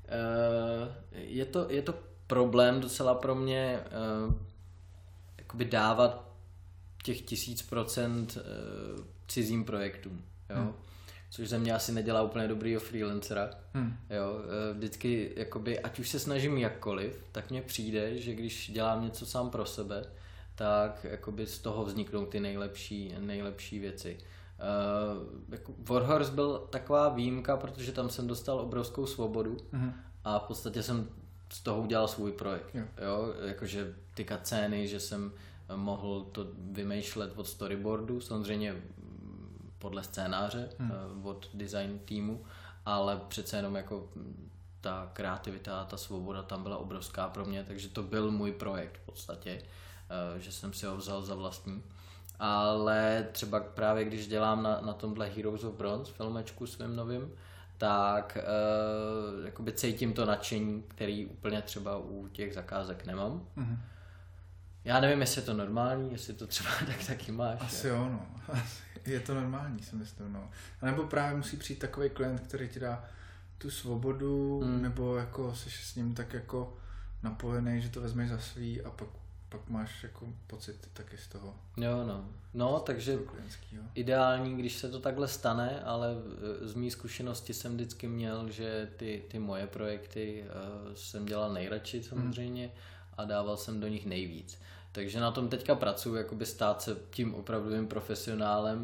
je, to, je to problém docela pro mě uh, jakoby dávat těch tisíc procent uh, cizím projektům, jo. Hmm. Což ze mě asi nedělá úplně dobrýho freelancera. Hmm. Jo, vždycky, jakoby, ať už se snažím jakkoliv, tak mně přijde, že když dělám něco sám pro sebe, tak jakoby z toho vzniknou ty nejlepší, nejlepší věci. Uh, jako Warhorse byl taková výjimka, protože tam jsem dostal obrovskou svobodu hmm. a v podstatě jsem z toho udělal svůj projekt. Jo. Jo, jakože ty cutscény, že jsem mohl to vymýšlet od storyboardu, samozřejmě podle scénáře hmm. od design týmu, ale přece jenom jako ta kreativita, ta svoboda tam byla obrovská pro mě, takže to byl můj projekt v podstatě, že jsem si ho vzal za vlastní. Ale třeba právě když dělám na, na tomhle Heroes of Bronze filmečku svým novým, tak uh, jakoby cítím to nadšení, který úplně třeba u těch zakázek nemám. Hmm. Já nevím, jestli je to normální, jestli to třeba tak taky máš. Asi jo, no. Je to normální, si myslím, no. A nebo právě musí přijít takový klient, který ti dá tu svobodu, hmm. nebo jako jsi s ním tak jako napojený, že to vezmeš za svý a pak, pak máš jako pocit taky z toho. Jo, no. No, takže ideální, když se to takhle stane, ale z mý zkušenosti jsem vždycky měl, že ty, ty moje projekty uh, jsem dělal nejradši samozřejmě hmm. a dával jsem do nich nejvíc. Takže na tom teďka pracuji, jakoby stát se tím opravdovým profesionálem,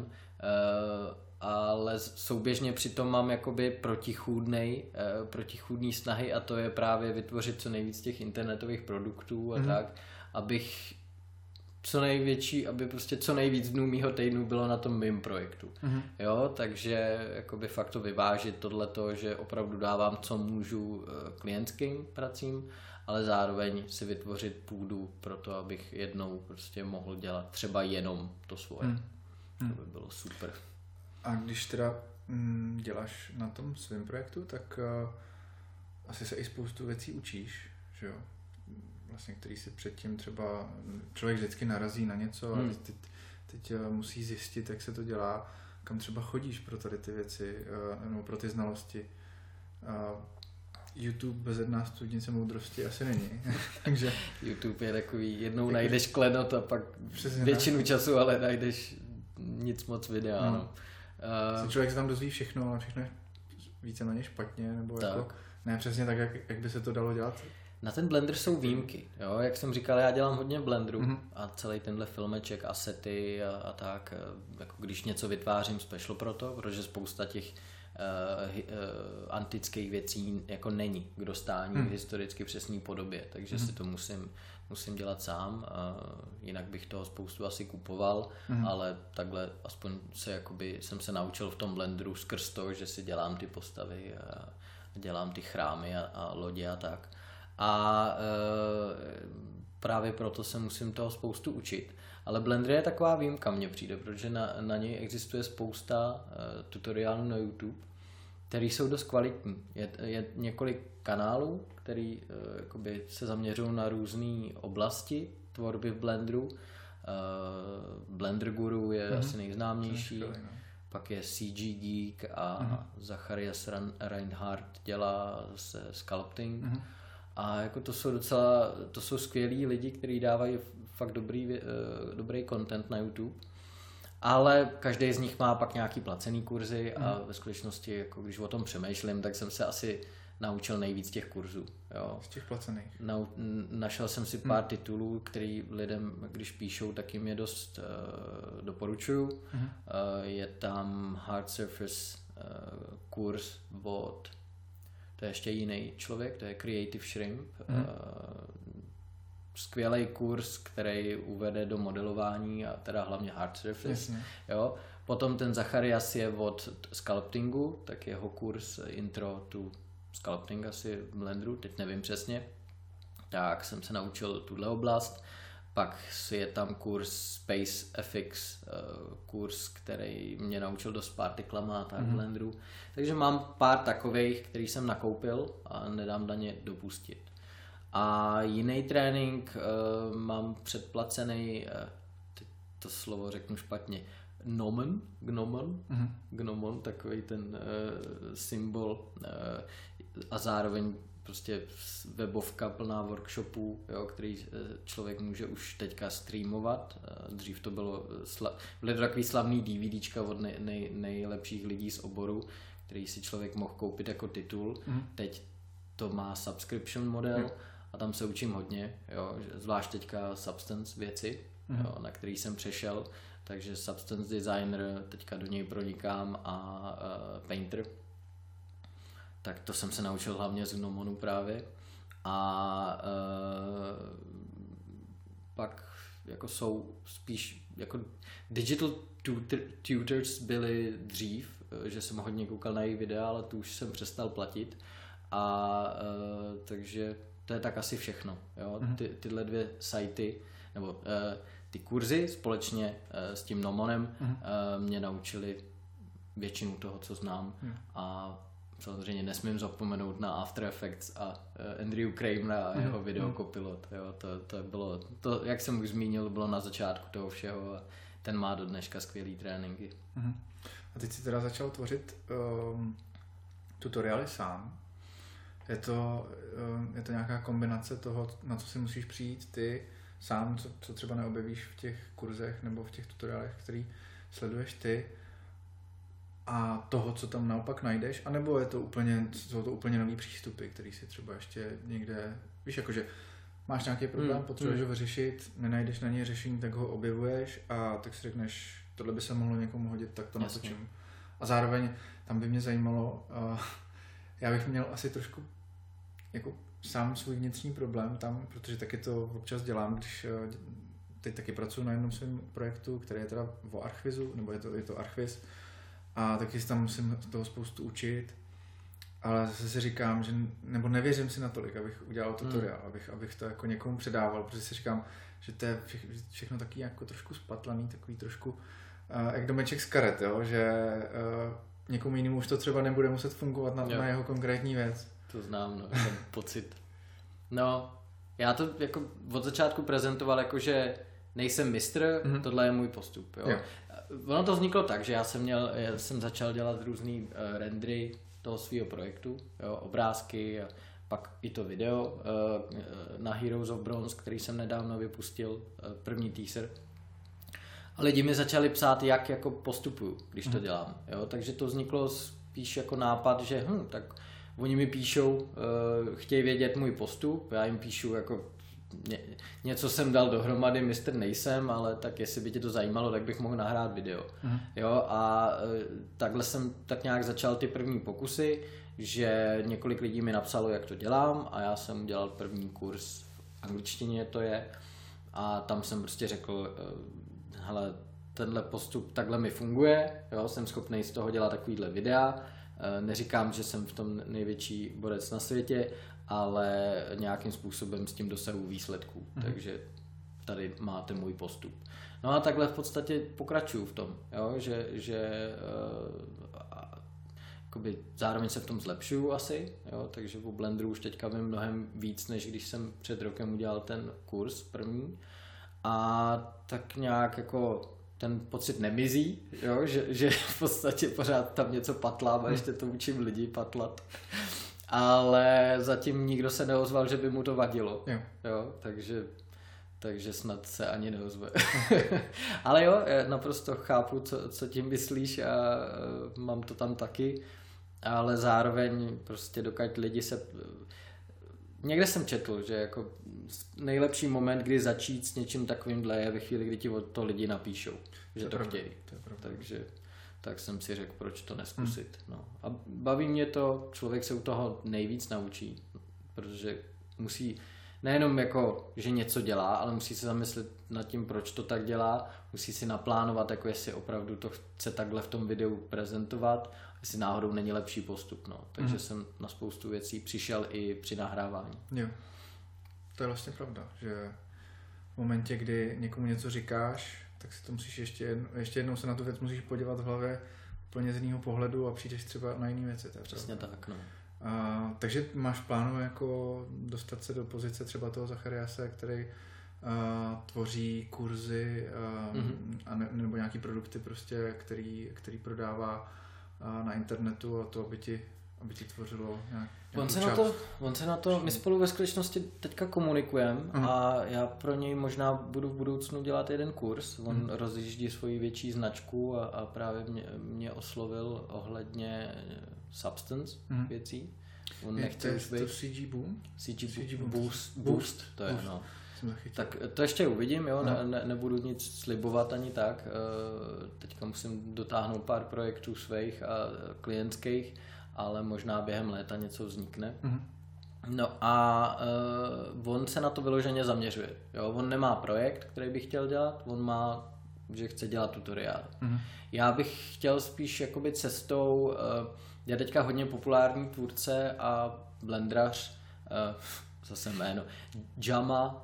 ale souběžně přitom mám jakoby protichůdnej, protichůdný snahy a to je právě vytvořit co nejvíc těch internetových produktů a mm. tak, abych co největší, aby prostě co nejvíc dnů mýho týdnu bylo na tom mým projektu. Mm. Jo, takže jakoby fakt to vyvážit tohleto, že opravdu dávám, co můžu klientským pracím, ale zároveň si vytvořit půdu pro to, abych jednou prostě mohl dělat třeba jenom to svoje. Hmm. Hmm. To by bylo super. A když teda mm, děláš na tom svém projektu, tak uh, asi se i spoustu věcí učíš, že jo? Vlastně, který si předtím třeba člověk vždycky narazí na něco hmm. a teď, teď uh, musí zjistit, jak se to dělá, kam třeba chodíš pro tady ty věci, uh, nebo pro ty znalosti. Uh, YouTube bez jedná studnice moudrosti asi není. Takže YouTube je takový, jednou jako najdeš klenot a pak většinu času, ale najdeš nic moc videa. No. Uh, člověk se tam dozví všechno, ale všechno je víceméně špatně, nebo tak. Jako, ne přesně tak, jak, jak by se to dalo dělat. Na ten Blender jsou výjimky, jo? Jak jsem říkal, já dělám hodně v Blenderu mm-hmm. a celý tenhle filmeček, asety a, a tak, jako když něco vytvářím special pro to, protože spousta těch Uh, uh, antických věcí jako není k dostání hmm. v historicky přesné podobě, takže hmm. si to musím, musím dělat sám, uh, jinak bych toho spoustu asi kupoval, hmm. ale takhle aspoň se jakoby, jsem se naučil v tom Blenderu skrz to, že si dělám ty postavy a dělám ty chrámy a, a lodě a tak. A uh, právě proto se musím toho spoustu učit. Ale Blender je taková výjimka, mně přijde, protože na, na něj existuje spousta uh, tutoriálů na YouTube, které jsou dost kvalitní. Je, je několik kanálů, které uh, jakoby se zaměřují na různé oblasti tvorby v Blenderu. Uh, Blender Guru je mm-hmm. asi nejznámější, no. Pak je C G Geek a mm-hmm. Zacharias Reinhardt dělá se sculpting. Mm-hmm. A jako to jsou docela, to jsou skvělí lidi, kteří dávají fakt dobrý, dobrý content na YouTube, ale každý z nich má pak nějaký placený kurzy a ve skutečnosti, jako když o tom přemýšlím, tak jsem se asi naučil nejvíc těch kurzů. Jo. Z těch placených. Na, našel jsem si pár hmm. titulů, který lidem, když píšou, tak jim je dost uh, doporučuju. Hmm. Uh, je tam Hard Surface uh, kurz od, to je ještě jiný člověk, to je Creative Shrimp, hmm. uh, skvělý kurz, který uvede do modelování a teda hlavně hard surface. Jo. Potom ten Zacharias je od sculptingu, tak jeho kurz Intro to Sculpting asi v Blenderu, teď nevím přesně. Tak jsem se naučil tuhle oblast. Pak je tam kurz Space F X, kurz, který mě naučil dost partiklama a tak mm-hmm. Blenderu. Takže mám pár takových, který jsem nakoupil a nedám na ně dopustit. A jiný trénink uh, mám předplacený, uh, teď to slovo řeknu špatně, Gnomon, Gnomon, mm-hmm. Gnomon, takový ten uh, symbol uh, a zároveň prostě webovka plná workshopů, jo, který člověk může už teďka streamovat. Dřív to bylo, byly to takový slavný DVDčka od nej, nej, nejlepších lidí z oboru, který si člověk mohl koupit jako titul. Mm. Teď to má subscription model mm. a tam se učím hodně, jo, zvlášť teďka Substance věci, mm. jo, na který jsem přešel, takže Substance Designer, teďka do něj pronikám a uh, Painter. Tak to jsem se naučil hlavně z Gnomonu právě. A e, pak jako jsou spíš jako digital tutor, tutors byly dřív, že jsem hodně koukal na jejich videa, ale tu už jsem přestal platit. A e, takže to je tak asi všechno. Jo? Ty, tyhle dvě sajty, nebo e, ty kurzy společně e, s tím Gnomonem e, mě naučili většinu toho, co znám. A samozřejmě nesmím zapomenout na After Effects a uh, Andrew Kramer a jeho videokopilot. Jo, to, to bylo, to, jak jsem už zmínil, bylo na začátku toho všeho a ten má do dneška skvělý tréninky. Uh-huh. A teď si teda začal tvořit um, tutoriály sám. Je to, um, je to nějaká kombinace toho, na co si musíš přijít ty sám, co, co třeba neobjevíš v těch kurzech nebo v těch tutoriálech, který sleduješ ty, a toho, co tam naopak najdeš, anebo je to úplně, jsou to úplně nový přístupy, který si třeba ještě někde, víš, jakože máš nějaký problém, hmm. potřebuješ ho hmm. vyřešit, nenajdeš na něj řešení, tak ho objevuješ a tak si řekneš, tohle by se mohlo někomu hodit, tak to Jasně. natočím. A zároveň tam by mě zajímalo, uh, já bych měl asi trošku jako sám svůj vnitřní problém tam, protože taky to občas dělám, když uh, teď taky pracuji na jednom svém projektu, který je teda o Archvizu, nebo je to, je to Archviz, a taky si tam musím toho spoustu učit, ale zase si říkám, že nebo nevěřím si natolik, abych udělal tutoriál, hmm. abych, abych to jako někomu předával, protože si říkám, že to je vše, všechno taky jako trošku spatlaný, takový trošku uh, jak domeček z karet, jo? Že uh, někomu jinému už to třeba nebude muset fungovat na, na jeho konkrétní věc. To znám, no, ten pocit. No, já to jako od začátku prezentoval jako, že nejsem mistr, mm-hmm. tohle je můj postup, jo. jo. Ono to vzniklo tak, že já jsem, měl, já jsem začal dělat různý uh, rendery toho svého projektu, jo, obrázky a pak i to video uh, na Heroes of Bronze, který jsem nedávno vypustil, uh, první teaser. A lidi mi začali psát, jak jako postupuju, když to dělám, jo, takže to vzniklo spíš jako nápad, že hm, tak oni mi píšou, uh, chtějí vědět můj postup, já jim píšu jako Ně, něco jsem dal dohromady, mistr nejsem, ale tak jestli by tě to zajímalo, tak bych mohl nahrát video. Mm. Jo, a e, takhle jsem tak nějak začal ty první pokusy, že několik lidí mi napsalo, jak to dělám a já jsem udělal první kurz v angličtině to je a tam jsem prostě řekl, e, hele, tenhle postup takhle mi funguje, jo, jsem schopný z toho dělat takovýhle videa, e, neříkám, že jsem v tom největší borec na světě, ale nějakým způsobem s tím dosahu výsledků, mm. takže tady máte můj postup. No a takhle v podstatě pokračuju v tom, jo? že, že uh, jakoby zároveň se v tom zlepšuju asi, jo? takže u Blenderu už teďka vím mnohem víc, než když jsem před rokem udělal ten kurz první a tak nějak jako ten pocit nemizí, jo? Že, že v podstatě pořád tam něco patlám a ještě to učím lidi patlat. Ale zatím nikdo se neozval, že by mu to vadilo. Jo. Jo, takže, takže snad se ani neozve. Ale jo, naprosto chápu, co, co tím myslíš a mám to tam taky, ale zároveň prostě dokud lidi se... Někde jsem četl, že jako nejlepší moment, kdy začít s něčím takovýmhle je ve chvíli, kdy ti to lidi napíšou, že to, to chtějí. To takže... tak jsem si řekl, proč to neskusit. Hmm. No. A baví mě to, člověk se u toho nejvíc naučí, protože musí, nejenom jako, že něco dělá, ale musí se zamyslet nad tím, proč to tak dělá, musí si naplánovat, jako jestli opravdu to chce takhle v tom videu prezentovat, jestli náhodou není lepší postup, no. Takže mm. jsem na spoustu věcí přišel i při nahrávání. Jo, to je vlastně pravda, že v momentě, kdy někomu něco říkáš, tak si to musíš ještě, jedno, ještě jednou se na tu věc musíš podívat v hlavě úplně z jiného pohledu a přijdeš třeba na jiné věci. Přesně tak, no. A, takže máš plánu jako dostat se do pozice třeba toho Zachariase, který a, tvoří kurzy a, mm-hmm. a ne, nebo nějaký produkty prostě, který, který prodává a, na internetu a to, aby ti, aby ti tvořilo nějak, on se, na to, on se na to, my spolu ve skutečnosti teďka komunikujeme uh-huh. a já pro něj možná budu v budoucnu dělat jeden kurz. On uh-huh. rozjíždí svoji větší značku a, a právě mě, mě oslovil ohledně Substance uh-huh. věcí. On je nechce už být. To C G Boom? C G, C G Boost, Boost. Boost, to je, Boost. no. Tak to ještě uvidím, jo, ne, ne, nebudu nic slibovat ani tak. Teďka musím dotáhnout pár projektů svých a klientských, ale možná během léta něco vznikne. Mm-hmm. No a uh, on se na to vyloženě zaměřuje. Jo? On nemá projekt, který by chtěl dělat, on má, že chce dělat tutoriál. Mm-hmm. Já bych chtěl spíš jakoby cestou, uh, já teďka hodně populární tvůrce a blendrař, uh, zase jméno, Jama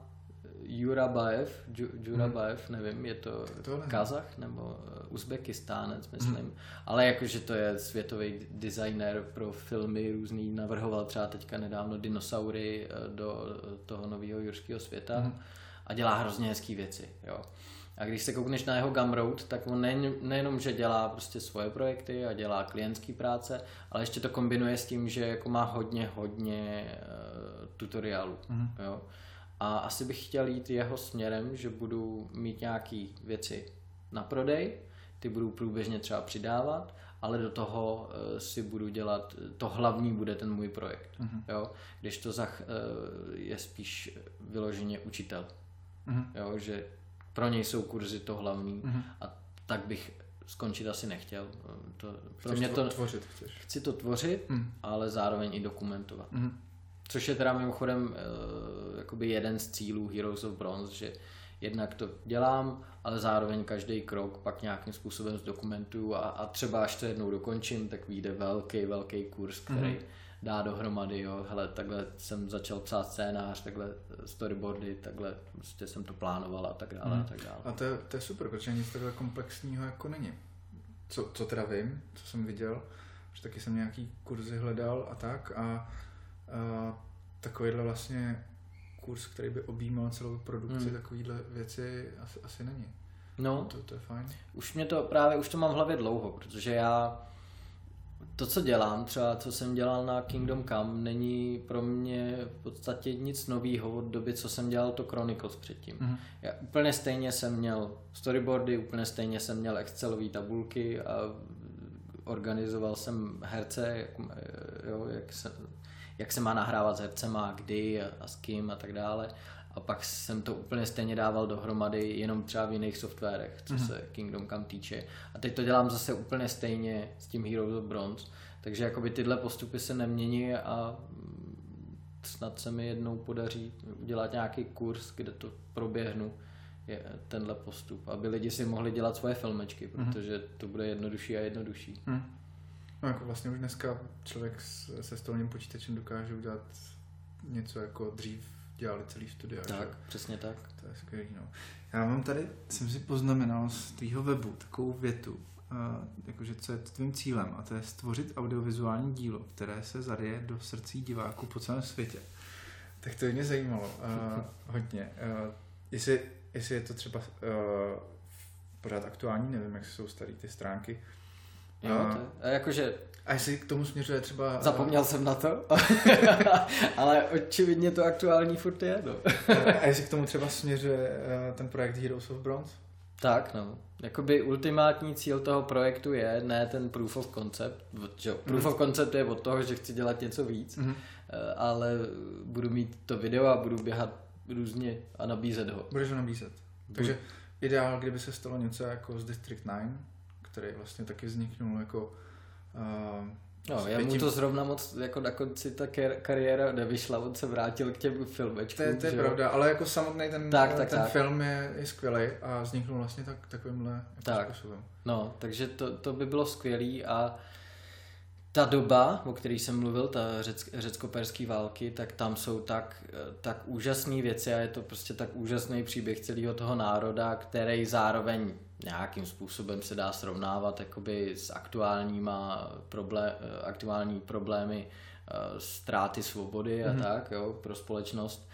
Jurabaev, Jurabaev, hmm. nevím, je to, to Kazach nebo Uzbekistánec, myslím, hmm. ale jakože to je světový designer pro filmy různý, navrhoval třeba teďka nedávno dinosaury do toho nového jurského světa hmm. a dělá hrozně hezký věci, jo. A když se koukneš na jeho Gumroad, tak on nejen, nejenom, že dělá prostě svoje projekty a dělá klientský práce, ale ještě to kombinuje s tím, že jako má hodně, hodně uh, tutoriálů, hmm. jo. A asi bych chtěl jít jeho směrem, že budu mít nějaký věci na prodej, ty budu průběžně třeba přidávat, ale do toho uh, si budu dělat, to hlavní bude ten můj projekt. Uh-huh. Jo? Když to Zach uh, je spíš vyloženě učitel. Uh-huh. Jo? Že pro něj jsou kurzy to hlavní uh-huh. a tak bych skončit asi nechtěl. To, pro mě to, tvořit chceš. Chci to tvořit, uh-huh. ale zároveň i dokumentovat. Uh-huh. Což je teda mimochodem uh, jakoby jeden z cílů Heroes of Bronze, že jednak to dělám, ale zároveň každý krok pak nějakým způsobem zdokumentuju a, a třeba až to jednou dokončím, tak vyjde velký, velký kurz, který mm-hmm. dá dohromady, jo, hele, takhle jsem začal psát scénář, takhle storyboardy, takhle prostě jsem to plánoval a tak dále mm. a tak dále. A to je, to je super, protože nic takhle komplexního jako není. Co, co teda vím, co jsem viděl, že taky jsem nějaký kurzy hledal a tak a Uh, takovýhle vlastně kurz, který by objímal celou produkci, hmm. takovýhle věci asi, asi není. No, to, to je fajn. Už mě to právě, už to mám v hlavě dlouho, protože já to, co dělám, třeba co jsem dělal na Kingdom Come, není pro mě v podstatě nic novýho od doby, co jsem dělal to Chronicles předtím. Hmm. Já úplně stejně jsem měl storyboardy, úplně stejně jsem měl excelové tabulky a organizoval jsem herce, jak, jo, jak se jak se má nahrávat s hercema, kdy a, a s kým a tak dále. A pak jsem to úplně stejně dával dohromady, jenom třeba v jiných softwarech, co mm-hmm. se Kingdom Come týče. A teď to dělám zase úplně stejně s tím Heroes of Bronze. Takže jakoby tyhle postupy se nemění a snad se mi jednou podaří udělat nějaký kurz, kde to proběhnu, je tenhle postup, aby lidi si mohli dělat svoje filmečky, protože to bude jednodušší a jednodušší. Mm. No jako vlastně už dneska člověk se stolním počítačem dokáže udělat něco jako dřív dělali celý studia. Tak, že? Přesně tak. To je skvělý, no. Já mám tady, jsem si poznamenal z tvýho webu takovou větu, uh, jakože co je tvým cílem, a to je stvořit audiovizuální dílo, které se zaryje do srdcí diváků po celém světě. Tak to mě zajímalo uh, hodně. Uh, jestli, jestli je to třeba uh, pořád aktuální, nevím, jak jsou starý ty stránky. Jo, to je, a jakože... A jestli k tomu směřuje třeba... Zapomněl jsem na to, ale očividně to aktuální furt je, no. A jestli k tomu třeba směřuje ten projekt Heroes of Bronze? Tak, no. Jakoby ultimátní cíl toho projektu je ne ten proof of concept, že proof mm. of concept je od toho, že chci dělat něco víc, mm. ale budu mít to video a budu běhat různě a nabízet ho. Budeš ho nabízet. Takže ideál, kdyby se stalo něco jako z District nine, který vlastně taky vzniknul jako uh, No, já mu to zrovna moc, jako na konci ta kariéra nevyšla, on se vrátil k těm filmečkům. To je, to je pravda, ale jako samotný ten, tak, tak, ten tak. film je, je skvělý a vzniknul vlastně tak, takovýmhle jako tak. způsobem. No, takže to, to by bylo skvělý a ta doba, o které jsem mluvil, ta řeck, řecko-perské války, tak tam jsou tak, tak úžasné věci a je to prostě tak úžasný příběh celého toho národa, který zároveň nějakým způsobem se dá srovnávat jakoby s aktuálníma problé, aktuální problémy ztráty svobody a mm. tak, jo, pro společnost,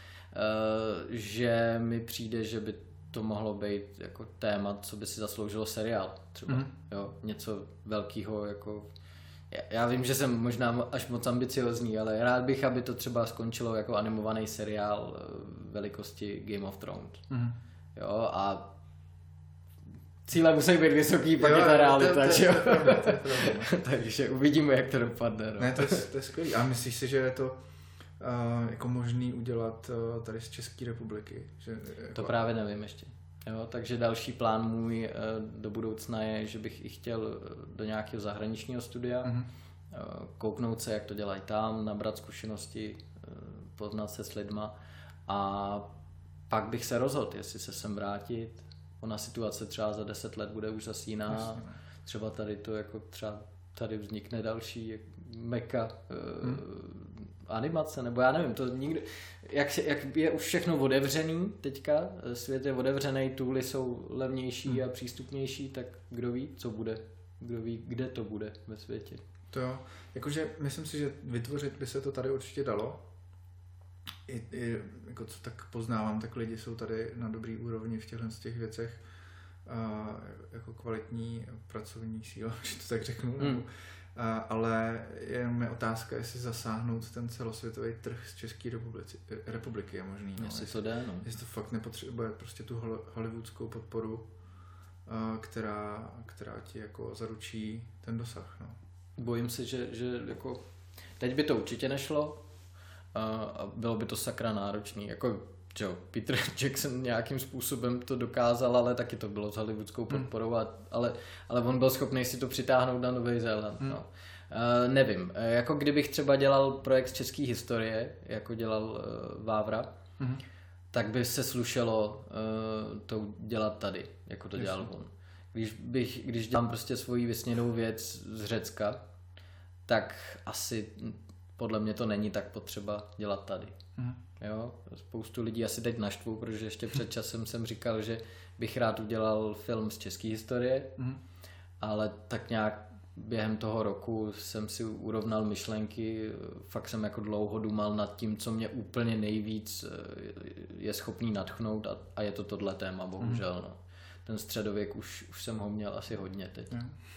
že mi přijde, že by to mohlo být jako téma, co by si zasloužilo seriál třeba, mm. jo, něco velkého jako. Já vím, že jsem možná až moc ambiciozní, ale rád bych, aby to třeba skončilo jako animovaný seriál velikosti Game of Thrones. Mm. Jo, a cíle musí být vysoký, pak jo, je ta realita, to, to, jo? To, to, to, to, to, to. Takže uvidíme, jak to dopadne. No. Ne, to je, to je skvělý. A myslíš si, že je to uh, jako možný udělat uh, tady z České republiky? Že, jako... To právě nevím ještě. Jo, takže další plán můj do budoucna je, že bych i chtěl do nějakého zahraničního studia, mm-hmm. kouknout se, jak to dělají tam, nabrat zkušenosti, poznat se s lidma a pak bych se rozhodl, jestli se sem vrátit. Ona situace třeba za deset let bude už zase jiná. Jasně. Třeba tady to jako třeba tady vznikne další meka mm. animace, nebo já nevím, to nikdy, jak, se, jak je už všechno otevřený teďka, svět je otevřený, tooly jsou levnější hmm. a přístupnější, tak kdo ví, co bude, kdo ví, kde to bude ve světě. To jo, jakože myslím si, že vytvořit by se to tady určitě dalo. I, i jako co tak poznávám, tak lidi jsou tady na dobrý úrovni v těchto z těch věcech, a, jako kvalitní pracovní síla, že to tak řeknu, hmm. nebo A, ale jenom je otázka, jestli zasáhnout ten celosvětový trh z České republiky, republiky je možný. No. Jestli to jde, no. Jestli to fakt nepotřebuje prostě tu hollywoodskou podporu, a, která, která ti jako zaručí ten dosah. No. Bojím se, že, že jako teď by to určitě nešlo a bylo by to sakra náročný. Jako jo, Peter Jackson nějakým způsobem to dokázal, ale taky to bylo s hollywoodskou podporou, a, ale, ale on byl schopný si to přitáhnout na Nový Zéland. Hmm. No. Uh, nevím, jako kdybych třeba dělal projekt z české historie, jako dělal uh, Vávra, hmm. tak by se slušelo uh, to dělat tady, jako to dělal on. Když, bych, když dělám prostě svoji vysněnou věc z Řecka, tak asi podle mě to není tak potřeba dělat tady. Hmm. Jo, spoustu lidí asi teď naštvu, protože ještě před časem jsem říkal, že bych rád udělal film z české historie, mm. ale tak nějak během toho roku jsem si urovnal myšlenky, fakt jsem jako dlouho dumal nad tím, co mě úplně nejvíc je schopný nadchnout a, a je to tohle téma, bohužel. Mm. No. Ten středověk už, už jsem ho měl asi hodně teď.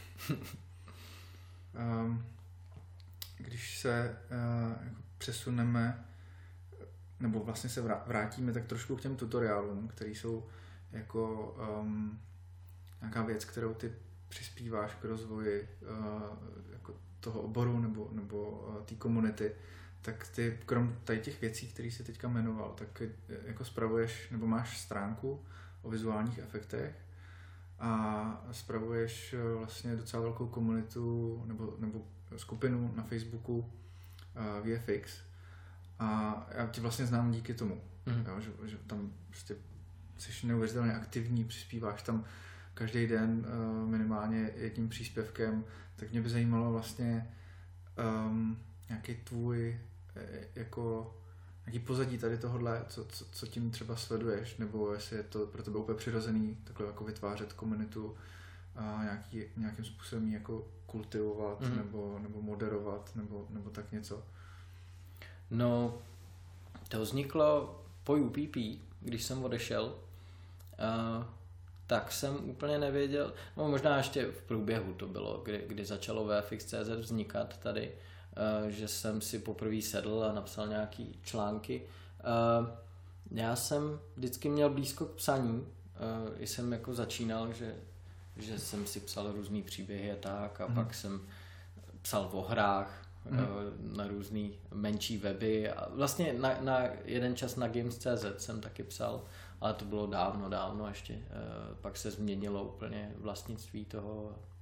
um, když se uh, jako přesuneme nebo vlastně se vrátíme tak trošku k těm tutoriálům, které jsou jako um, nějaká věc, kterou ty přispíváš k rozvoji uh, jako toho oboru nebo, nebo uh, té komunity, tak ty krom tady těch věcí, které jsi teďka jmenoval, tak jako spravuješ nebo máš stránku o vizuálních efektech a spravuješ vlastně docela velkou komunitu nebo, nebo skupinu na Facebooku uh, V F X. A já tě vlastně znám díky tomu, mm. jo, že, že tam prostě jsi neuvěřitelně aktivní, přispíváš tam každý den uh, minimálně jedním příspěvkem, tak mě by zajímalo vlastně um, nějaký tvůj jako nějaký pozadí tady tohodle, co, co, co tím třeba sleduješ, nebo jestli je to pro tebe úplně přirozený takhle jako vytvářet komunitu a nějaký, nějakým způsobem jako kultivovat mm. nebo, nebo moderovat nebo, nebo tak něco. No, to vzniklo po U P P, když jsem odešel, uh, tak jsem úplně nevěděl, no možná ještě v průběhu to bylo, kdy, kdy začalo V F X tečka cé zet vznikat tady, uh, že jsem si poprvé sedl a napsal nějaký články. Uh, já jsem vždycky měl blízko k psaní, uh, i jsem jako začínal, že, že jsem si psal různý příběhy a tak, a mm. pak jsem psal o hrách, Mm. na různý menší weby a vlastně na, na jeden čas na games tečka cé zet jsem taky psal, ale to bylo dávno, dávno ještě. Pak se změnilo úplně vlastnictví toho,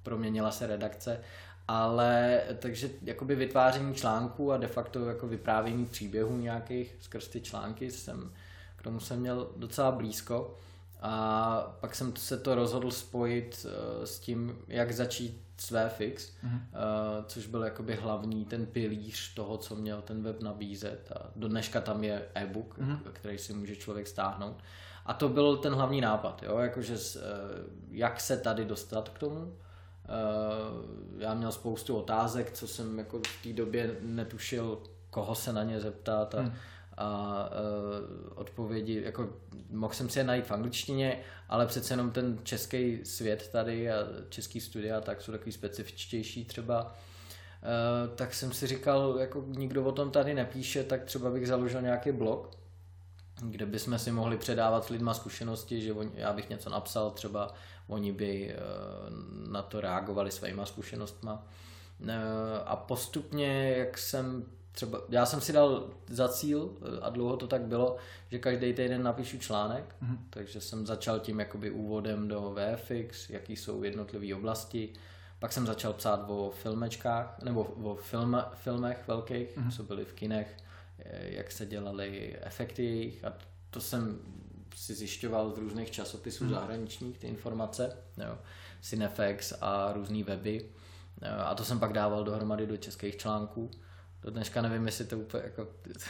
proměnila se redakce, ale takže jakoby vytváření článků a de facto jako vyprávění příběhů nějakých skrz ty články jsem, k tomu jsem měl docela blízko a pak jsem se to rozhodl spojit uh, s tím, jak začít s V F X, mm-hmm. uh, což byl jakoby hlavní ten pilíř toho, co měl ten web nabízet a do dneška tam je e-book, mm-hmm. který si může člověk stáhnout. A to byl ten hlavní nápad, jo? Jakože, jak se tady dostat k tomu. Já měl spoustu otázek, co jsem jako v té době netušil, koho se na ně zeptat a, hmm. a odpovědi, jako mohl jsem si je najít v angličtině, ale přece jenom ten český svět tady a český studia tak jsou takový specifičtější třeba. Tak jsem si říkal, jako nikdo o tom tady nepíše, tak třeba bych založil nějaký blog, kde bychom si mohli předávat s lidma zkušenosti, že on, já bych něco napsal, třeba oni by na to reagovali svýma zkušenostma. A postupně, jak jsem třeba, já jsem si dal za cíl, a dlouho to tak bylo, že každý týden napíšu článek, mm-hmm. takže jsem začal tím jakoby úvodem do V F X, jaký jsou jednotlivé oblasti. Pak jsem začal psát o filmečkách, nebo o film, filmech velkých, mm-hmm. co byly v kinech, jak se dělaly efekty jejich a to jsem si zjišťoval z různých časopisů hmm. zahraničních ty informace, jo, Cinefex a různý weby a to jsem pak dával dohromady do českých článků. Do dneška nevím, jestli to úplně jako...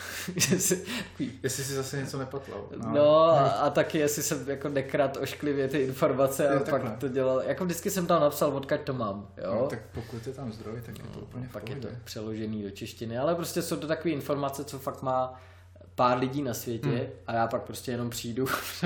jestli si zase něco nepatlal. No, no a, a taky jestli jsem jako nekrat ošklivě ty informace a jo, pak takhle. To dělal. Jako vždycky jsem tam napsal, odkud to mám. Jo? No, tak pokud je tam zdroj, tak je to úplně v pak pohodě. Je to přeložený do češtiny, ale prostě jsou to takové informace, co fakt má pár lidí na světě hmm. a já pak prostě jenom přijdu,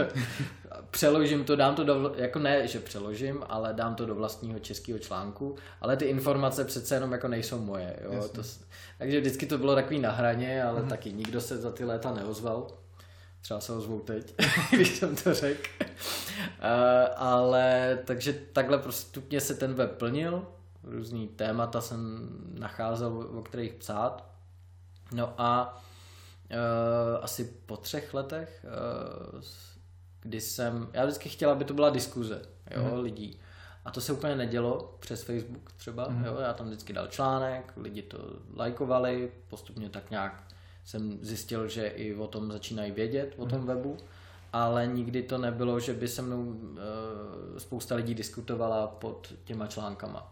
přeložím to, dám to do, jako ne, že přeložím, ale dám to do vlastního českého článku, ale ty informace přece jenom jako nejsou moje, jo, to, takže vždycky to bylo takový na hraně, ale hmm. taky nikdo se za ty léta neozval, třeba se ozvou teď, když jsem to řekl, uh, ale takže takhle postupně se ten web plnil, různý témata jsem nacházel, o kterých psát, no a Uh, asi po třech letech, uh, kdy jsem, já vždycky chtěla, aby to byla diskuze, jo, mm. lidí. A to se úplně nedělo přes Facebook třeba, mm. jo, já tam vždycky dal článek, lidi to lajkovali, postupně tak nějak jsem zjistil, že i o tom začínají vědět, o tom mm. webu, ale nikdy to nebylo, že by se mnou uh, spousta lidí diskutovala pod těma článkama.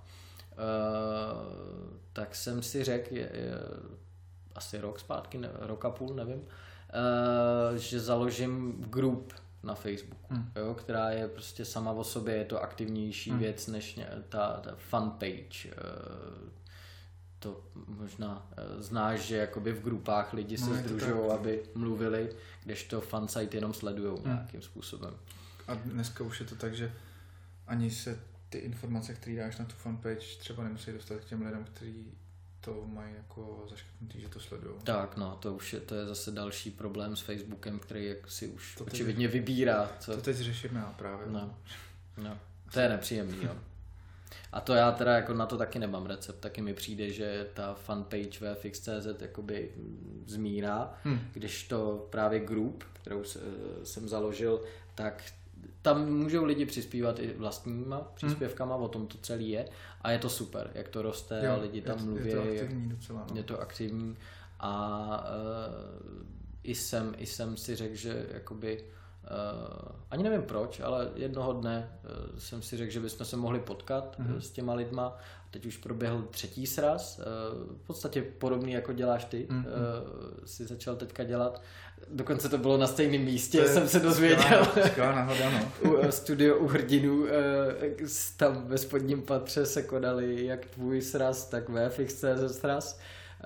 Uh, tak jsem si řekl, je, je, asi rok zpátky, ne, rok a půl, nevím, uh, že založím group na Facebooku, hmm. jo, která je prostě sama o sobě, je to aktivnější hmm. věc než ta, ta fan page. Uh, to možná uh, znáš, že jakoby v grupách lidi se no, sdružují, aby mluvili, kdežto fan site jenom sledujou hmm. nějakým způsobem. A dneska už je to tak, že ani se ty informace, které dáš na tu fanpage, třeba nemusí dostat k těm lidem, kteří to mají jako zaškrtnutý, že to sledují. Tak no, to už je, to je zase další problém s Facebookem, který si už to očividně teď, vybírá. Co... To teď řešíme já právě. No, no, to je nepříjemný, jo. A to já teda jako na to taky nemám recept, taky mi přijde, že ta fanpage V F X tečka cé zet jakoby zmírá, hmm. když to právě group, kterou jsem založil, tak tam můžou lidi přispívat i vlastníma příspěvkama, hmm. o tom to celý je a je to super, jak to roste jo, a lidi tam je, mluví. Je to aktivní docela. No. Je to aktivní a uh, i, jsem, i jsem si řekl, že jakoby, uh, ani nevím proč, ale jednoho dne uh, jsem si řekl, že bychom se mohli potkat hmm. s těma lidma. Teď už proběhl třetí sraz, uh, v podstatě podobný jako děláš ty, hmm. uh, si začal teďka dělat. Dokonce to bylo na stejném místě, je, jsem se dozvěděl. Skvělá náhoda, no. U, studio u Hrdinů, tam ve spodním patře se konaly jak tvůj sraz, tak V F X tečka cé zet sraz.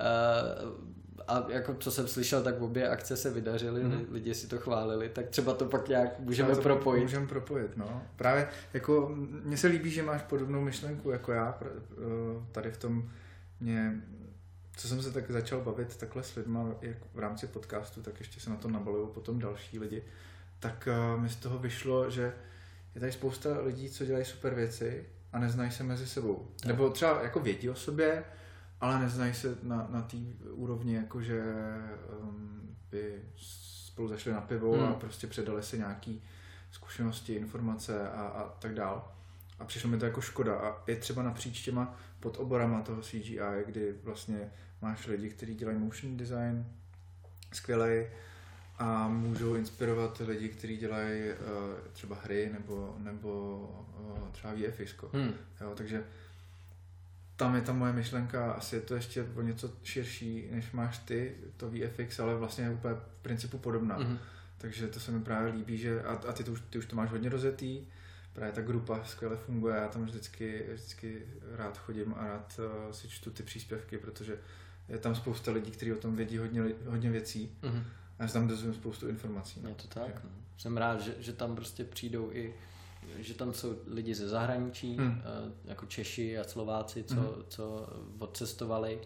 A jako co jsem slyšel, tak obě akce se vydařily, mm. lidi si to chválili, tak třeba to pak nějak můžeme to propojit. Můžeme propojit, no. Právě jako mně se líbí, že máš podobnou myšlenku jako já, tady v tom mě... Co jsem se tak začal bavit takhle s lidma, jak v rámci podcastu, tak ještě se na to nabalují potom další lidi, tak uh, mi z toho vyšlo, že je tady spousta lidí, co dělají super věci a neznají se mezi sebou. Tak. Nebo třeba jako vědí o sobě, ale neznají se na, na té úrovni, jako že um, by spolu zašli na pivo hmm. a prostě předali si nějaký zkušenosti, informace a, a tak dál. a přišlo mi to jako škoda a je třeba napříč těma podoborama toho C G I, kdy vlastně máš lidi, kteří dělají motion design, skvělej, a můžou inspirovat lidi, kteří dělají uh, třeba hry nebo, nebo uh, třeba V F X. Hmm. Jo, takže tam je ta moje myšlenka, asi je to ještě o něco širší, než máš ty, to V F X, ale vlastně je úplně v principu podobná. Hmm. Takže to se mi právě líbí, že a, a ty, to už, ty už to máš hodně rozjetý, právě ta grupa skvěle funguje, já tam vždycky, vždycky rád chodím a rád uh, si čtu ty příspěvky, protože je tam spousta lidí, kteří o tom vědí hodně, hodně věcí. Hmm. A já tam dozvím spoustu informací. No. Je to tak. No. Jsem rád, že, že tam prostě přijdou i, že tam jsou lidi ze zahraničí, hmm. jako Češi a Slováci, co, hmm. co odcestovali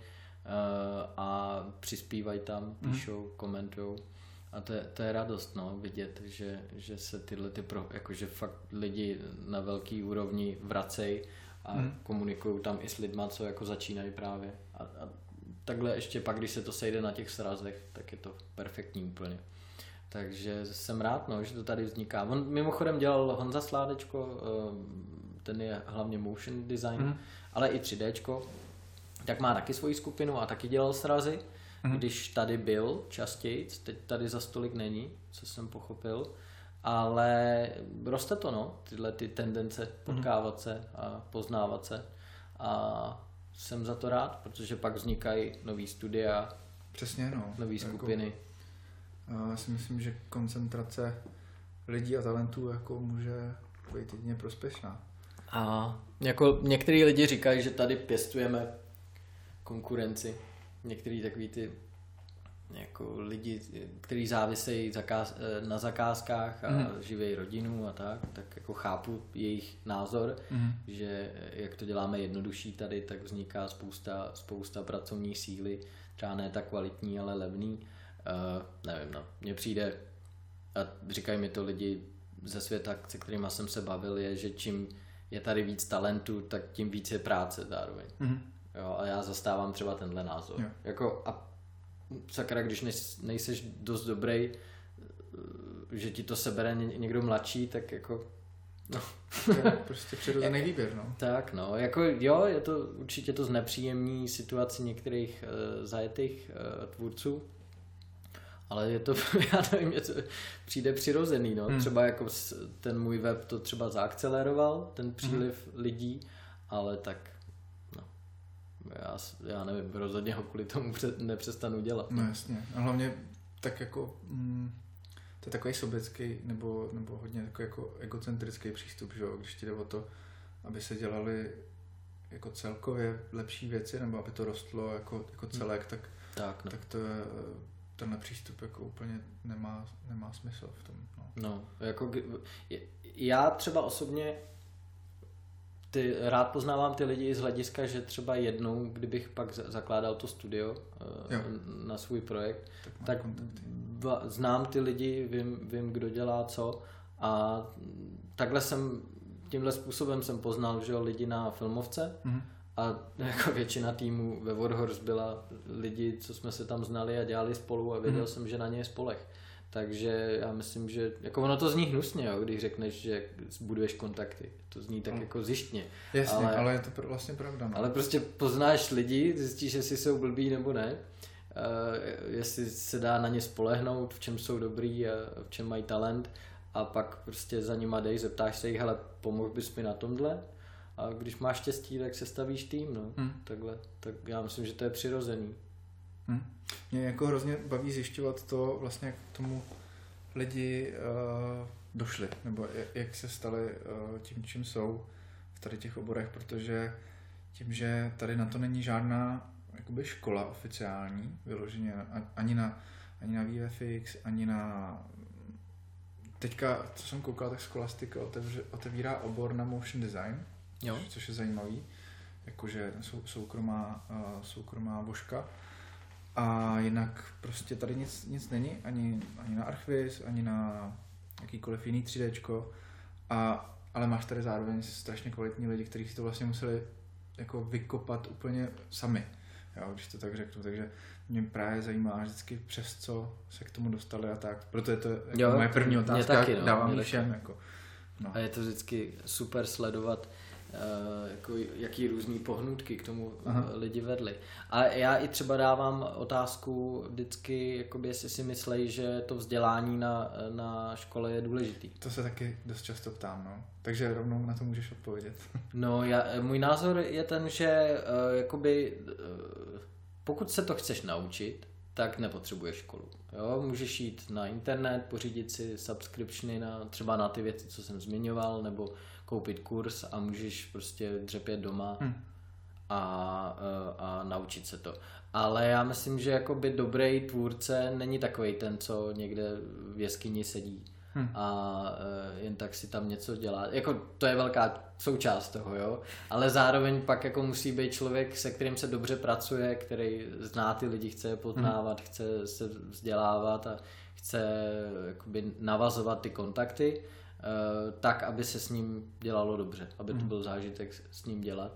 a přispívají tam, píšou, hmm. komentujou. A to je, to je radost, no, vidět, že, že se tyhle ty pro, jakože fakt lidi na velký úrovni vracejí a hmm. komunikují tam i s lidma, co jako začínají právě. A, a takhle ještě pak, když se to sejde na těch srazech, tak je to perfektní úplně. Takže jsem rád, no, že to tady vzniká. On mimochodem dělal Honza Sládečko, ten je hlavně motion design, mm. ale i tři déčko, tak má taky svoji skupinu a taky dělal srazy, mm. když tady byl častěji, teď tady za stolik není, co jsem pochopil, ale roste to, no, tyhle ty tendence potkávat se a poznávat se a jsem za to rád, protože pak vznikají nový studia, přesně, no, nový skupiny. Jako, já si myslím, že koncentrace lidí a talentů jako může být jedině prospěšná. A jako některý lidi říkají, že tady pěstujeme konkurenci. Některý takový ty jako lidi, kteří závisejí zakáz, na zakázkách a mm. živějí rodinu a tak, tak jako chápu jejich názor, mm. že jak to děláme jednodušší tady, tak vzniká spousta, spousta pracovní síly, třeba ne tak kvalitní, ale levný. Uh, nevím, no, mně přijde, a říkají mi to lidi ze světa, se kterýma jsem se bavil, je, že čím je tady víc talentů, tak tím víc je práce zároveň. Mm. Jo, a já zastávám třeba tenhle názor. Jo. Jako, a sakra, když nejseš dost dobrý, že ti to sebere někdo mladší, tak jako no. Prostě přirozený výběr, no. Tak, no, jako jo, je to určitě to znepříjemní situaci některých uh, zajetých uh, tvůrců, ale je to, já nevím, je to, přijde přirozený, no. Hmm. Třeba jako ten můj web to třeba zaakceleroval, ten příliv hmm. lidí, ale tak Já, já nevím, rozhodně ho kvůli tomu nepřestanu dělat. No jasně, a hlavně tak jako, mm, to je takový sobecký nebo, nebo hodně takový jako egocentrický přístup, že jo, když ti jde o to, aby se dělali jako celkově lepší věci, nebo aby to rostlo jako, jako celek, tak, tak, no. tak to je, tenhle přístup jako úplně nemá, nemá smysl v tom. No, no jako já třeba osobně Ty, rád poznávám ty lidi z hlediska, že třeba jednou, kdybych pak zakládal to studio jo. na svůj projekt, tak, tak v, znám ty lidi, vím, vím, kdo dělá co a takhle jsem, tímhle způsobem jsem poznal, že lidi na filmovce mm-hmm. a jako většina týmu ve Warhorse byla lidi, co jsme se tam znali a dělali spolu a věděl mm-hmm. jsem, že na ně je spolech. Takže já myslím, že jako ono to zní hnusně, jo, když řekneš, že buduješ kontakty. To zní tak mm. jako zjištně. Jasně, ale, ale je to vlastně pravda. No. Ale prostě poznáš lidi, zjistíš, jestli jsou blbí nebo ne, uh, jestli se dá na ně spolehnout, v čem jsou dobrý a v čem mají talent a pak prostě za nima dej, zeptáš se jich, hele, pomohl bys mi na tomhle a když máš štěstí, tak se stavíš tým, no, mm. takhle. Tak já myslím, že to je přirozený. Hmm. Mě jako hrozně baví zjišťovat to, vlastně jak k tomu lidi uh, došli, nebo jak se stali uh, tím, čím jsou v tady těch oborech, protože tím, že tady na to není žádná jakoby škola oficiální, vyloženě ani na, ani na V F X, ani na... Teďka, co jsem koukal, tak Scholastica otevře, otevírá obor na motion design, jo. Což, což je zajímavý, jakože sou, soukromá, uh, soukromá voška. A jinak prostě tady nic, nic není, ani, ani na Archviz, ani na jakýkoliv jiný tři déčko, a, ale máš tady zároveň strašně kvalitní lidi, kteří si to vlastně museli jako vykopat úplně sami, jo, když to tak řeknu, takže mě právě zajímá vždycky, přes co se k tomu dostali a tak, proto je to jako jo, moje první otázka, taky, no, dávám ji všem. Jako, no. A je to vždycky super sledovat, jako jaký různý pohnutky k tomu Aha. lidi vedli. A já i třeba dávám otázku vždycky, jakoby, jestli si myslejí, že to vzdělání na, na škole je důležitý. To se taky dost často ptám, no. Takže rovnou na to můžeš odpovědět. No, já, můj názor je ten, že uh, jakoby, uh, pokud se to chceš naučit, tak nepotřebuješ školu. Jo? Můžeš jít na internet, pořídit si subscriptiony na, třeba na ty věci, co jsem zmiňoval, nebo koupit kurz a můžeš prostě dřepět doma hmm. a, a, a naučit se to. Ale já myslím, že jakoby dobrý tvůrce není takovej ten, co někde v jeskyni sedí hmm. a jen tak si tam něco dělá. Jako to je velká součást toho, jo. Ale zároveň pak jako musí být člověk, se kterým se dobře pracuje, který zná ty lidi, chce je poznávat, hmm. chce se vzdělávat a chce jakoby navazovat ty kontakty, tak, aby se s ním dělalo dobře, aby to byl zážitek s ním dělat.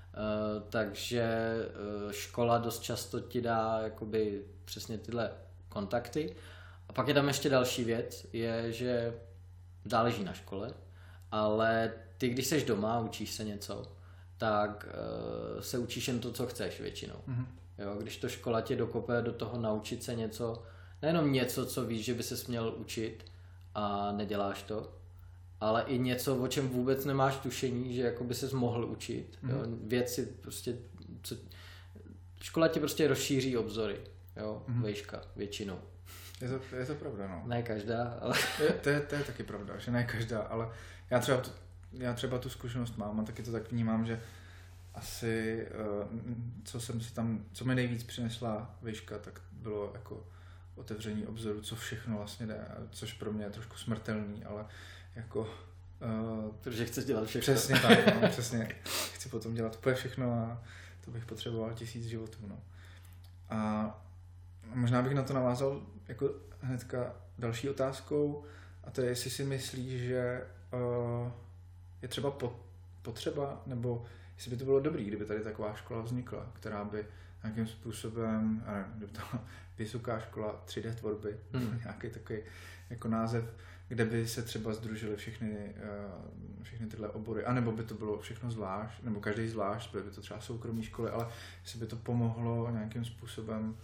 Takže škola dost často ti dá jakoby přesně tyhle kontakty. A pak je tam ještě další věc, je, že záleží na škole, ale ty, když seš doma a učíš se něco, tak se učíš jen to, co chceš většinou. Mm-hmm. Jo, když to škola tě dokope do toho naučit se něco, nejenom něco, co víš, že by ses měl učit a neděláš to, ale i něco, o čem vůbec nemáš tušení, že jako by ses mohl učit. Mm. Jo? Věci prostě, co... škola ti prostě rozšíří obzory, jo, mm. vejška, většinou. Je to, je to pravda, no. Ne každá, ale... je, to, je, to je taky pravda, že ne každá, ale já třeba, tu, já třeba tu zkušenost mám a taky to tak vnímám, že asi, co jsem si tam, co mi nejvíc přinesla vejška, tak bylo jako otevření obzoru, co všechno vlastně jde, což pro mě je trošku smrtelný, ale jako... Uh, Protože chceš dělat všechno. Přesně tak, no, přesně. Chci potom dělat úplně všechno a to bych potřeboval tisíc životů, no. A možná bych na to navázal jako hnedka další otázkou, a to je, jestli si myslíš, že uh, je třeba po, potřeba, nebo jestli by to bylo dobrý, kdyby tady taková škola vznikla, která by nějakým způsobem, a nevím, kdyby to vysoká škola tři dé tvorby, hmm. nějaký takový jako název, kde by se třeba sdružily všechny, všechny tyhle obory, anebo by to bylo všechno zvlášť, nebo každý zvlášť, by to třeba soukromí školy, ale jestli by to pomohlo nějakým způsobem,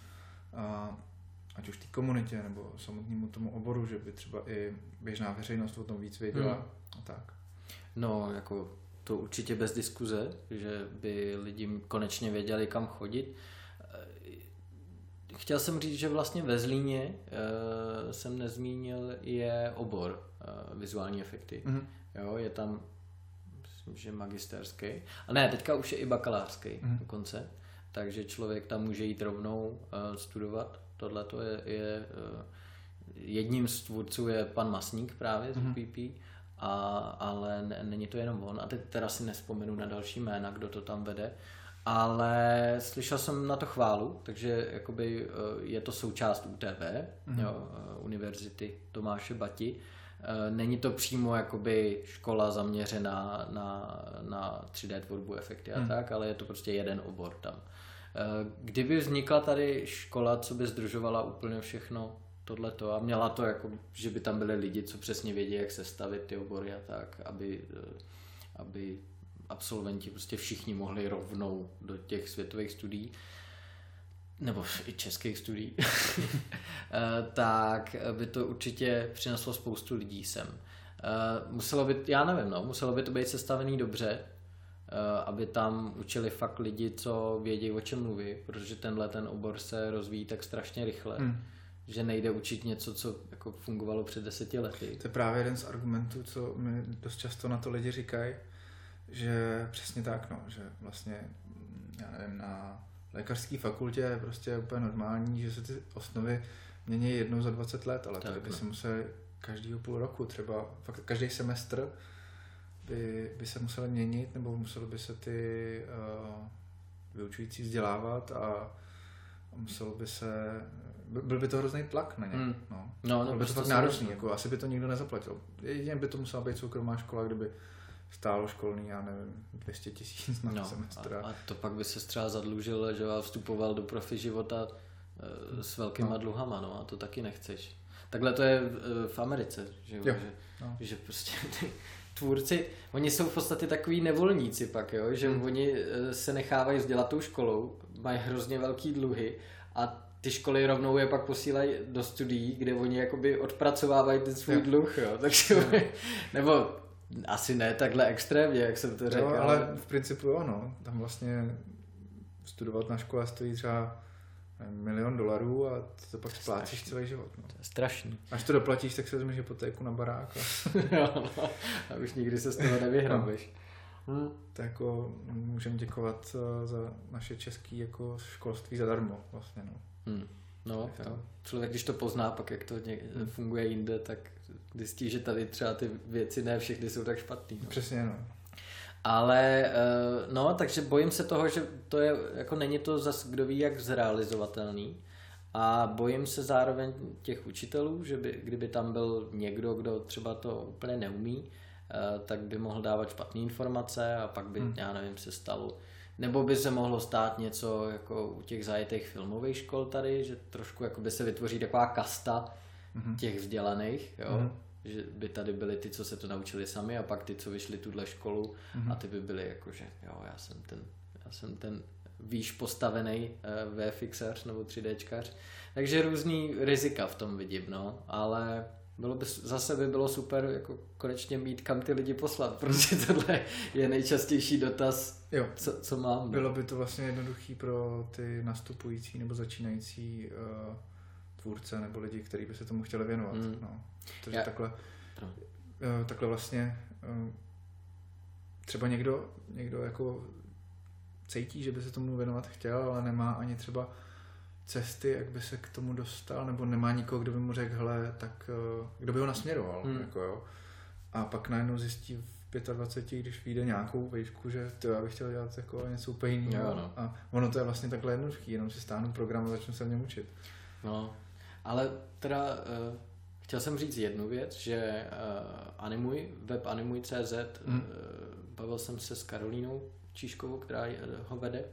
ať už té komunitě, nebo samotnému tomu oboru, že by třeba i běžná veřejnost o tom víc věděla hmm. a tak. No, jako to určitě bez diskuze, že by lidi konečně věděli, kam chodit. Chtěl jsem říct, že vlastně ve Zlíně uh, jsem nezmínil, je obor uh, vizuální efekty. Mm-hmm. Jo, je tam, myslím, že magisterský. A ne, teďka už je i bakalářský mm-hmm. dokonce. Takže člověk tam může jít rovnou uh, studovat. Tohle to je, je uh, jedním z tvůrců je pan Masník právě z mm-hmm. U P P. A, ale ne, není to jenom on. A teď teda si nevzpomenu na další jména, kdo to tam vede. Ale slyšel jsem na to chválu, takže jakoby je to součást U T V, mm. jo, Univerzity Tomáše Bati. Není to přímo jakoby škola zaměřená na, na tři dé tvorbu, efekty a mm. tak, ale je to prostě jeden obor tam. Kdyby vznikla tady škola, co by sdružovala úplně všechno tohleto a měla to jako, že by tam byli lidi, co přesně vědí, jak se stavit ty obory a tak, aby, aby absolventi prostě všichni mohli rovnou do těch světových studií, nebo i českých studií, tak by to určitě přineslo spoustu lidí sem. Muselo by, já nevím, no, muselo by to být sestavený dobře, aby tam učili fakt lidi, co vědí, o čem mluví, protože tenhle ten obor se rozvíjí tak strašně rychle, hmm. že nejde učit něco, co jako fungovalo před deseti lety. To je právě jeden z argumentů, co mi dost často na to lidi říkají, že přesně tak, no, že vlastně, já nevím, na lékařské fakultě je prostě úplně normální, že se ty osnovy mění jednou za dvacet let, ale tady by se museli každýho půl roku, třeba fakt každý semestr by, by se museli měnit, nebo museli by se ty uh, vyučující vzdělávat a muselo by se, byl by to hrozný tlak na ně, mm. no. No, no, by to fakt náročný, jako asi by to nikdo nezaplatil. Jedině by to musela být soukromá škola, kdyby stálo školný, já nevím, dvě stě tisíc na no, semestr. A, a to pak by se třeba zadlužil, že vstupoval do profi života e, s velkýma no. dluhama, no a to taky nechceš. Takhle to je v, v Americe, že, jo, že, no. že prostě ty, tvůrci, oni jsou v podstatě takový nevolníci pak, jo? Že hmm. oni se nechávají vzdělat tou školou, mají hrozně velký dluhy a ty školy rovnou je pak posílají do studií, kde oni jakoby odpracovávají ten svůj jo. dluh, jo? Takže jo. nebo asi ne takhle extrémně, jak jsem to řekl. Jo, ale v principu jo, no. Tam vlastně studovat na škole stojí třeba milion dolarů a ty to pak splácíš celý život. No. To je strašný. Až to doplatíš, tak se vezmeš hypotéku na barák. A... jo, no. A už nikdy se z toho nevyhrabeš. No. Hmm. To jako můžeme děkovat za naše české jako školství zadarmo vlastně, no. Hmm. No, jo. Člověk, když to pozná, pak jak to ně- funguje jinde, tak zjistí, že tady třeba ty věci ne všechny jsou tak špatný. No. Přesně, no. Ale, no, takže bojím se toho, že to je, jako není to zas kdo ví jak zrealizovatelný a bojím se zároveň těch učitelů, že by, kdyby tam byl někdo, kdo třeba to úplně neumí, tak by mohl dávat špatné informace a pak by, hmm. já nevím, se stalo. Nebo by se mohlo stát něco jako u těch zajetých filmových škol tady, že trošku jako by se vytvoří taková kasta mm-hmm. těch vzdělaných, jo? Mm-hmm. Že by tady byli ty, co se to naučili sami a pak ty, co vyšli tuhle školu mm-hmm. a ty by byli jako, že jo, já jsem ten, já jsem ten výš postavený uh, VFXař nebo tři déčkař. Takže různý rizika v tom vidím, no, ale bylo by, zase by bylo super jako konečně mít kam ty lidi poslat, protože tohle je nejčastější dotaz, jo. Co, co mám. Bylo by to vlastně jednoduchý pro ty nastupující nebo začínající uh, tvůrce nebo lidi, kteří by se tomu chtěli věnovat. Mm. No. Protože Já... takhle, uh, takhle vlastně uh, třeba někdo, někdo jako cítí, že by se tomu věnovat chtěl, ale nemá ani třeba cesty, jak by se k tomu dostal, nebo nemá nikoho, kdo by mu řekl, hele, tak kdo by ho nasměroval, hmm. jako jo. A pak najednou zjistí v dvaceti pěti, když vyjde nějakou vejšku, že to já bych chtěl dělat jako něco úplně jiného. No. A ono to je vlastně takhle jednoduchý, jenom si stáhnu program a začnu se v něm učit. No, ale teda uh, chtěl jsem říct jednu věc, že uh, Animuj, web animuj tečka cé zet, hmm. uh, bavil jsem se s Karolínou Číškovou, která ho vede,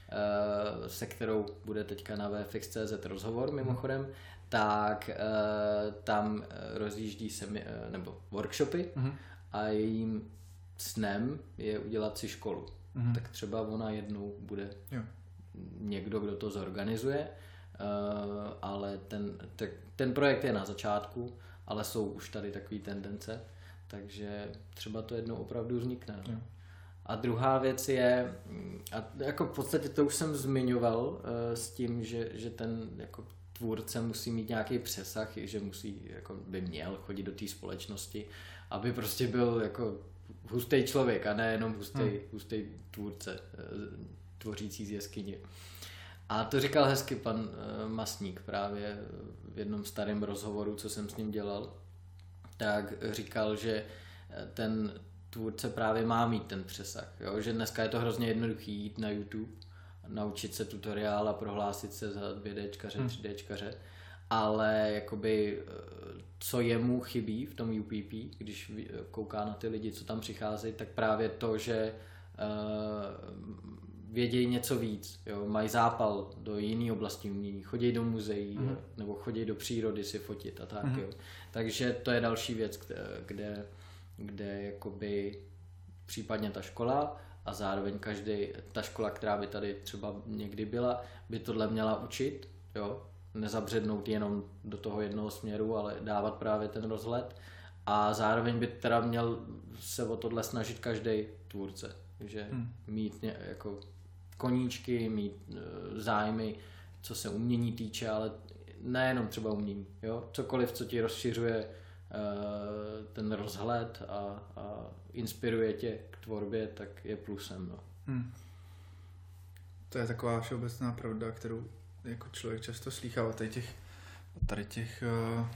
se kterou bude teďka na V F X tečka cé zet rozhovor mimochodem, mm. tak uh, tam rozjíždí se uh, nebo workshopy mm. a jejím snem je udělat si školu. Mm. Tak třeba ona jednou bude jo. někdo, kdo to zorganizuje, uh, ale ten, te, ten projekt je na začátku, ale jsou už tady takové tendence, takže třeba to jednou opravdu vznikne. No. A druhá věc je, a jako v podstatě to už jsem zmiňoval uh, s tím, že, že ten jako tvůrce musí mít nějaký přesah, že musí, jako by měl chodit do té společnosti, aby prostě byl jako hustý člověk a ne jenom hustý, hmm. hustý tvůrce, uh, tvořící z jeskyně. A to říkal hezky pan uh, Masník právě v jednom starém rozhovoru, co jsem s ním dělal, tak říkal, že ten tvůrce právě má mít ten přesah, jo? Že dneska je to hrozně jednoduchý jít na YouTube, naučit se tutoriál a prohlásit se za dvě déčkaře, hmm. tři déčkaře, ale jakoby co jemu chybí v tom U P P, když kouká na ty lidi, co tam přicházejí, tak právě to, že uh, vědějí něco víc, jo? Mají zápal do jiné oblasti umění, chodí do muzeí, hmm. nebo chodí do přírody si fotit a tak, hmm. jo? Takže to je další věc, kde, kde kde jakoby případně ta škola a zároveň každý, ta škola, která by tady třeba někdy byla, by tohle měla učit, jo, nezabřednout jenom do toho jednoho směru, ale dávat právě ten rozhled a zároveň by teda měl se o tohle snažit každý tvůrce, že hmm. mít ně, jako koníčky, mít e, zájmy, co se umění týče, ale nejenom třeba umění, jo, cokoliv, co ti rozšiřuje ten rozhled a, a inspiruje tě k tvorbě, tak je plusem. No. Hmm. To je taková všeobecná pravda, kterou jako člověk často slýchá tady těch, tady těch uh,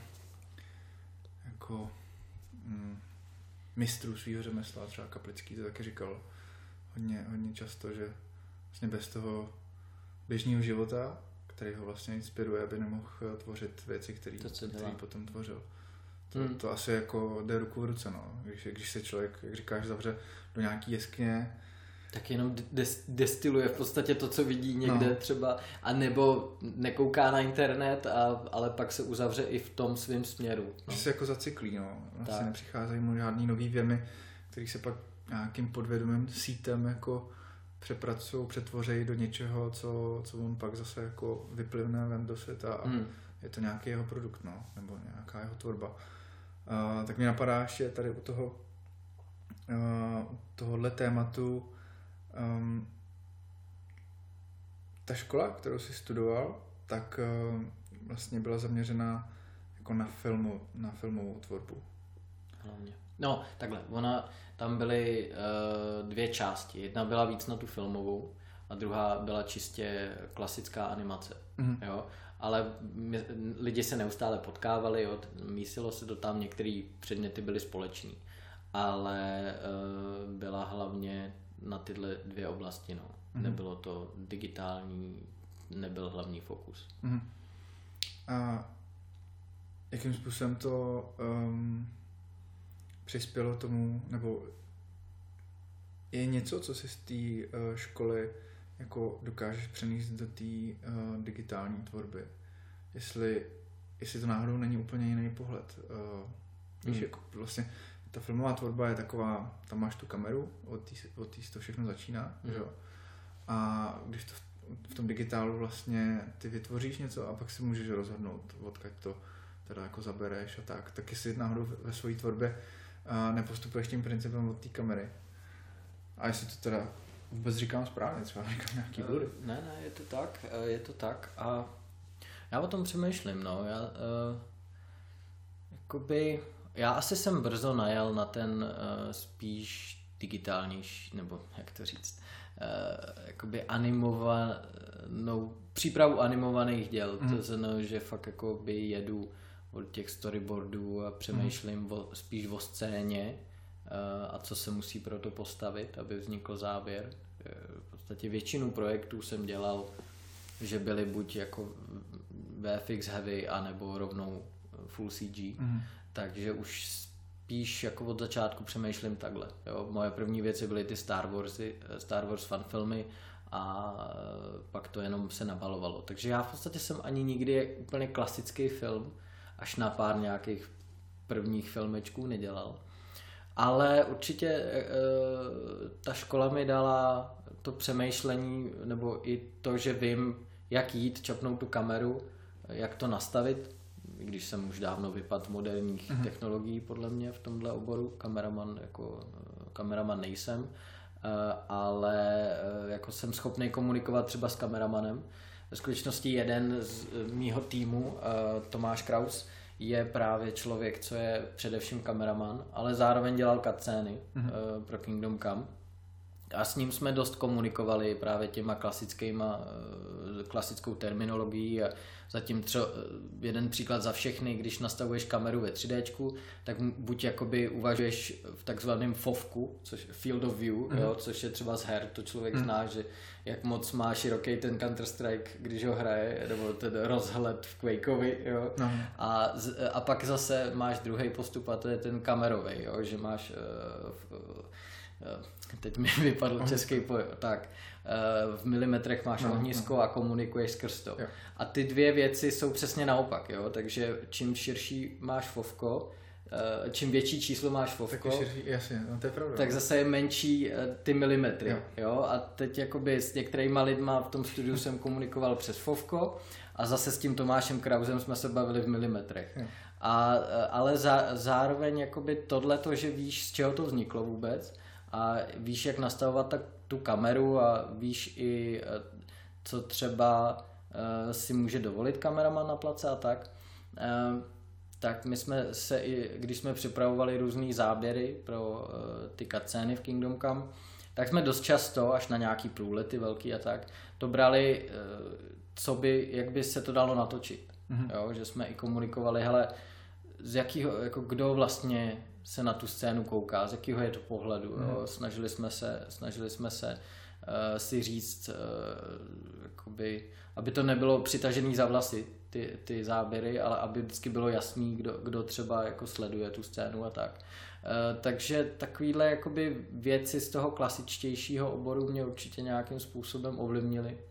jako um, mistrů svýho řemesla, třeba Kaplický to taky říkal hodně, hodně často, že vlastně bez toho běžného života, který ho vlastně inspiruje, aby nemohl tvořit věci, které potom tvořil. To, hmm. to asi jako jde ruku v ruce, no. Když, když se člověk, jak říkáš, zavře do nějaký jeskyně, tak jenom des, destiluje v podstatě to, co vidí někde no. třeba, a nebo nekouká na internet, a, ale pak se uzavře i v tom svém směru. No. Že se jako zacyklí, no. Vlastně nepřicházejí mu žádný nový věmy, který se pak nějakým podvědomým sítem jako přepracují, přetvoří do něčeho, co, co on pak zase jako vyplivne ven do světa a hmm. je to nějaký jeho produkt, no, nebo nějaká jeho tvorba. Uh, tak mi napadá ještě tady u toho uh, tohohle tématu um, ta škola, kterou jsi studoval, tak uh, vlastně byla zaměřená jako na filmu, na filmovou tvorbu. Hlavně. No, takhle, ona, tam byly uh, dvě části. Jedna byla víc na tu filmovou a druhá byla čistě klasická animace. Mm-hmm. Jo? Ale my, lidi se neustále potkávali, jo? Mísilo se to tam, některé předměty byly společní, ale uh, byla hlavně na tyhle dvě oblasti. No. Mm-hmm. Nebylo to digitální, nebyl hlavní fokus. Mm-hmm. A jakým způsobem to um, přispělo tomu, nebo je něco, co si z té uh, školy jako dokážeš přenést do té uh, digitální tvorby? Jestli, jestli to náhodou není úplně jiný pohled. Uh, víš, hmm. jako vlastně ta filmová tvorba je taková, tam máš tu kameru, od té to všechno začíná, hmm. že jo? A když to v, v tom digitálu vlastně ty vytvoříš něco a pak si můžeš rozhodnout, odkud to teda jako zabereš a tak, tak jestli náhodou ve, ve své tvorbě a nepostupuješ tím principem od té kamery. A jestli to teda vůbec říkám správně, třeba říkám nějaký bludy. Ne, ne, je to tak, je to tak a já o tom přemýšlím, no, já uh, jakoby, já asi jsem brzo najel na ten uh, spíš digitálnější, nebo jak to říct, uh, jakoby animovanou, přípravu animovaných děl, mm. to znamená, že fakt jakoby jedu od těch storyboardů a přemýšlím mm. o, spíš o scéně uh, a co se musí pro to postavit, aby vznikl záběr. V podstatě většinu projektů jsem dělal, že byly buď jako V F X heavy, anebo rovnou full C G, mm. takže už spíš jako od začátku přemýšlím takhle. Jo. Moje první věci byly ty Star Warsy, Star Wars fanfilmy a pak to jenom se nabalovalo. Takže já v podstatě jsem ani nikdy úplně klasický film, až na pár nějakých prvních filmečků nedělal. Ale určitě e, ta škola mi dala to přemýšlení, nebo i to, že vím, jak jít, čapnout tu kameru, jak to nastavit, když jsem už dávno vypadl moderních mm-hmm. technologií podle mě v tomhle oboru, kameraman, jako, kameraman nejsem, ale jako jsem schopný komunikovat třeba s kameramanem. Ve skutečnosti jeden z mýho týmu, Tomáš Kraus, je právě člověk, co je především kameraman, ale zároveň dělal cutscény mm-hmm. pro Kingdom Come. A s ním jsme dost komunikovali právě těma klasickýma, klasickou terminologií a zatím třeba jeden příklad za všechny, když nastavuješ kameru ve tři déčku, tak buď jakoby uvažuješ v takzvaném fovku, což je field of view, mm. jo, což je třeba z her, to člověk mm. zná, že jak moc má široký ten Counter-Strike, když ho hraje, nebo ten rozhled v Quakeovi, jo. No. A, a pak zase máš druhý postup a to je ten kamerový, jo, že máš uh, uh, teď mi vypadl oh. český pojem, tak v milimetrech máš no, ohnisko no. a komunikuješ skrz to. Jo. A ty dvě věci jsou přesně naopak, jo? Takže čím širší máš fovko, čím větší číslo máš fovko, širší, jasně, no to je pravda. tak zase je menší ty milimetry. Jo. Jo? A teď jakoby s některýma lidma v tom studiu jsem komunikoval přes fovko a zase s tím Tomášem Krausem jsme se bavili v milimetrech. Jo. A, ale za, zároveň jakoby tohleto, že víš, z čeho to vzniklo vůbec, a víš, jak nastavovat tak tu kameru a víš i, co třeba uh, si může dovolit kameraman na place a tak. Uh, tak my jsme se i, když jsme připravovali různý záběry pro uh, ty cutscény v Kingdom Come, tak jsme dost často, až na nějaký průlety velký a tak, to brali, uh, co by, jak by se to dalo natočit. Mm-hmm. Jo, že jsme i komunikovali, hele, z jakýho, jako kdo vlastně se na tu scénu kouká, z jakého je to pohledu. Mm. Jo. Snažili jsme se, snažili jsme se uh, si říct, uh, jakoby, aby to nebylo přitažený za vlasy, ty, ty záběry, ale aby vždycky bylo jasný, kdo, kdo třeba jako sleduje tu scénu a tak. Uh, takže takovýhle jakoby věci z toho klasičtějšího oboru mě určitě nějakým způsobem ovlivnily. Uh,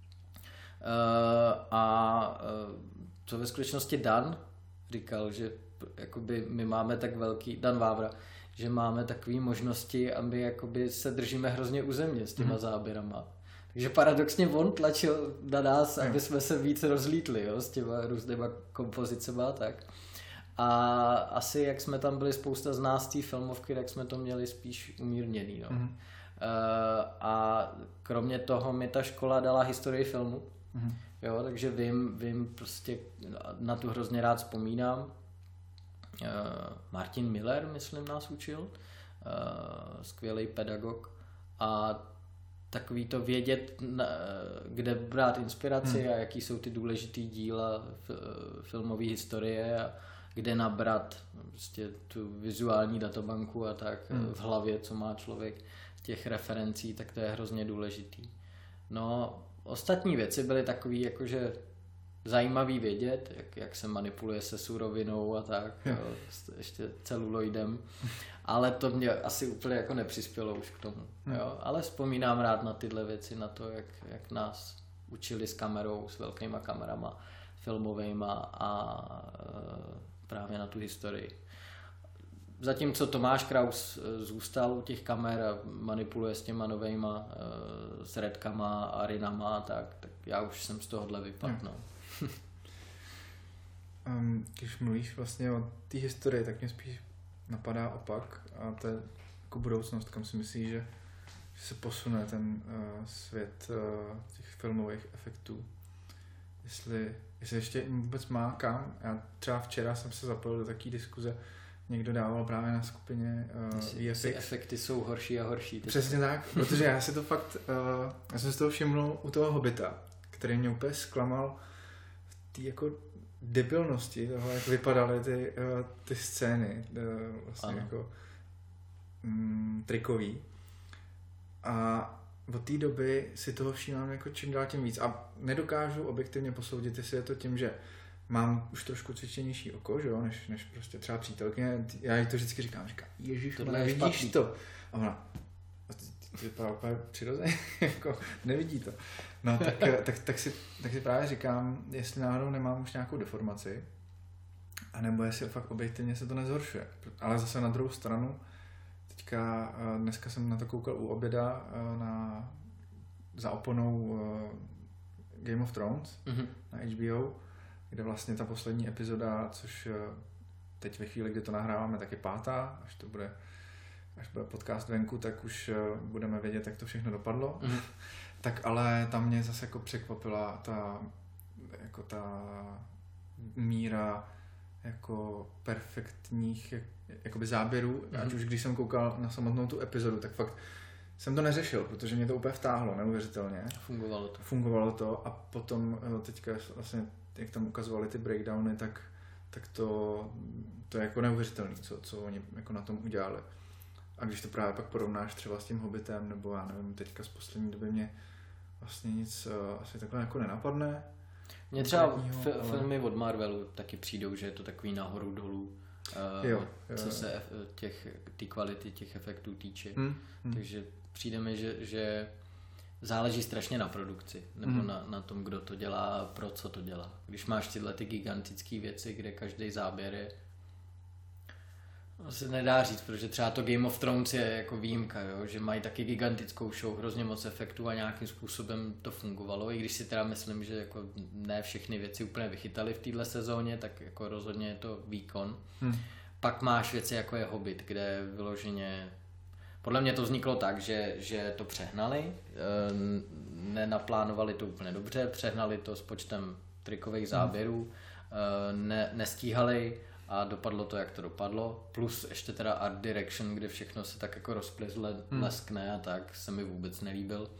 a uh, to ve skutečnosti Dan říkal, že jakoby my máme tak velký, Dan Vávra, že máme takové možnosti, aby jakoby se držíme hrozně u země s těma mm. záběrama. Takže paradoxně on tlačil na nás, aby jsme se víc rozlítli, jo, s těma různýma kompozicema, tak. A asi jak jsme tam byli spousta z nás té filmovky, tak jsme to měli spíš umírněný, no. Mm. Uh, a kromě toho mi ta škola dala historii filmu, mm. jo, takže vím, vím prostě, na tu hrozně rád vzpomínám. Uh, Martin Miller, myslím, nás učil, uh, skvělý pedagog a takový to vědět, kde brát inspiraci hmm. a jaký jsou ty důležitý díla filmové historie a kde nabrat prostě tu vizuální databanku a tak hmm. v hlavě, co má člověk z těch referencí, tak to je hrozně důležitý. No, ostatní věci byly takový jakože zajímavý vědět, jak, jak se manipuluje se surovinou a tak, jo, ještě celuloidem, ale to mě asi úplně jako nepřispělo už k tomu. Jo. Ale vzpomínám rád na tyhle věci, na to, jak, jak nás učili s kamerou, s velkýma kamerama filmovejma a e, právě na tu historii. Zatímco Tomáš Kraus zůstal u těch kamer a manipuluje s těma novejma, e, s redkama a rinama, tak, tak já už jsem z tohohle vypadl. No. um, když mluvíš vlastně o té historii, tak mě spíš napadá opak a to je jako budoucnost, kam si myslíš, že, že se posune ten uh, svět uh, těch filmových efektů. Jestli, jestli ještě vůbec má kam. Já třeba včera jsem se zapojil do takové diskuze, někdo dával právě na skupině uh, V F X. Efekty jsou horší a horší. Přesně tak, protože já si to fakt, uh, já jsem si toho všiml u toho Hobita, který mě úplně zklamal v té jako debilnosti toho, jak vypadaly ty, uh, ty scény, uh, vlastně ano. jako um, trikový. A od té doby si toho všímám jako čím dál tím víc. A nedokážu objektivně posoudit, jestli je to tím, že mám už trošku cvičenější oko, že jo, než, než prostě třeba přítelkyně. Já jí to vždycky říkám, říkám, ježiš, vidíš to? A ona, to vypadá úplně přirozeně, jako nevidí to. No tak, tak, tak, si, tak si právě říkám, jestli náhodou nemám už nějakou deformaci, anebo jestli fakt objektivně se to nezhoršuje. Ale zase na druhou stranu, teďka dneska jsem na to koukal u oběda na, za oponou Game of Thrones mm-hmm. na H B O, kde vlastně ta poslední epizoda, což teď ve chvíli, kdy to nahráváme, tak je pátá, až to bude, až bude podcast venku, tak už budeme vědět, jak to všechno dopadlo. Mm-hmm. Tak ale tam mě zase jako překvapila ta, jako ta míra jako perfektních jakoby záběrů, mm-hmm. ať už když jsem koukal na samotnou tu epizodu, tak fakt jsem to neřešil, protože mě to úplně vtáhlo, neuvěřitelně. Fungovalo to. Fungovalo to a potom teďka vlastně, jak tam ukazovali ty breakdowny, tak, tak to, to je jako neuvěřitelné, co, co oni jako na tom udělali. A když to právě pak porovnáš třeba s tím Hobbitem, nebo já nevím, teďka z poslední doby mě vlastně nic uh, asi takhle jako nenapadne. Mně třeba fi- ale... filmy od Marvelu taky přijdou, že je to takový nahoru dolů, uh, jo, jo, co jo. se těch, ty kvality těch efektů týče. Hmm, hmm. Takže přijde mi, že, že záleží strašně na produkci, nebo hmm. na, na tom, kdo to dělá a pro co to dělá. Když máš tyhle ty gigantické věci, kde každý záběr je, se nedá říct, protože třeba to Game of Thrones je jako výjimka, jo? Že mají taky gigantickou show, hrozně moc efektů a nějakým způsobem to fungovalo, i když si teda myslím, že jako ne všechny věci úplně vychytali v téhle sezóně, tak jako rozhodně je to výkon. Hmm. Pak máš věci jako je Hobbit, kde vyloženě podle mě to vzniklo tak, že, že to přehnali, nenaplánovali to úplně dobře, přehnali to s počtem trikových záběrů, ne, nestíhali a dopadlo to, jak to dopadlo. Plus ještě teda art direction, kde všechno se tak jako rozplizle, hmm. leskne a tak, se mi vůbec nelíbil. Uh,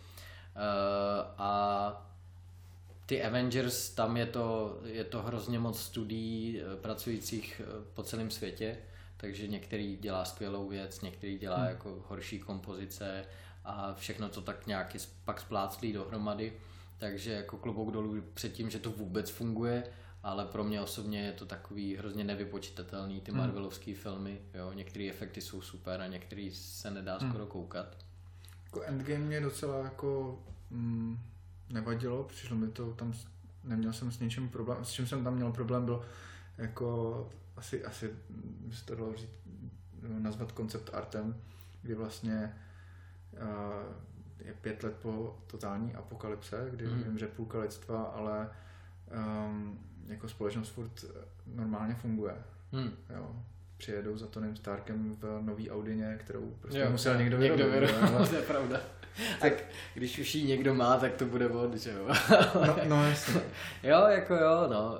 a ty Avengers, tam je to, je to hrozně moc studií pracujících po celém světě, takže některý dělá skvělou věc, některý dělá hmm. jako horší kompozice a všechno to tak nějak pak spláclí dohromady. Takže jako klobouk dolů před tím, že to vůbec funguje, ale pro mě osobně je to takový hrozně nevypočitatelný, ty Marvelovský hmm. filmy, jo, některé efekty jsou super a některý se nedá hmm. skoro koukat. Jako Endgame mě docela jako mm, nevadilo, přišlo mi to, tam neměl jsem s něčím problém, s čím jsem tam měl problém byl jako asi, asi by se to dalo říct, nazvat koncept artem, kdy vlastně uh, je pět let po totální apokalypse, kdy mm. vymře půlka lidstva, ale um, jako společnost furt normálně funguje. Mm. Jo. Přijedou za Tonym Starkem v nový Audině, kterou prostě jo, musel někdo vyrobit. Někdo vyrobit, to je pravda. Tak když už ji někdo má, tak to bude od, že jo? no, no jasně. Jo, jako jo, no.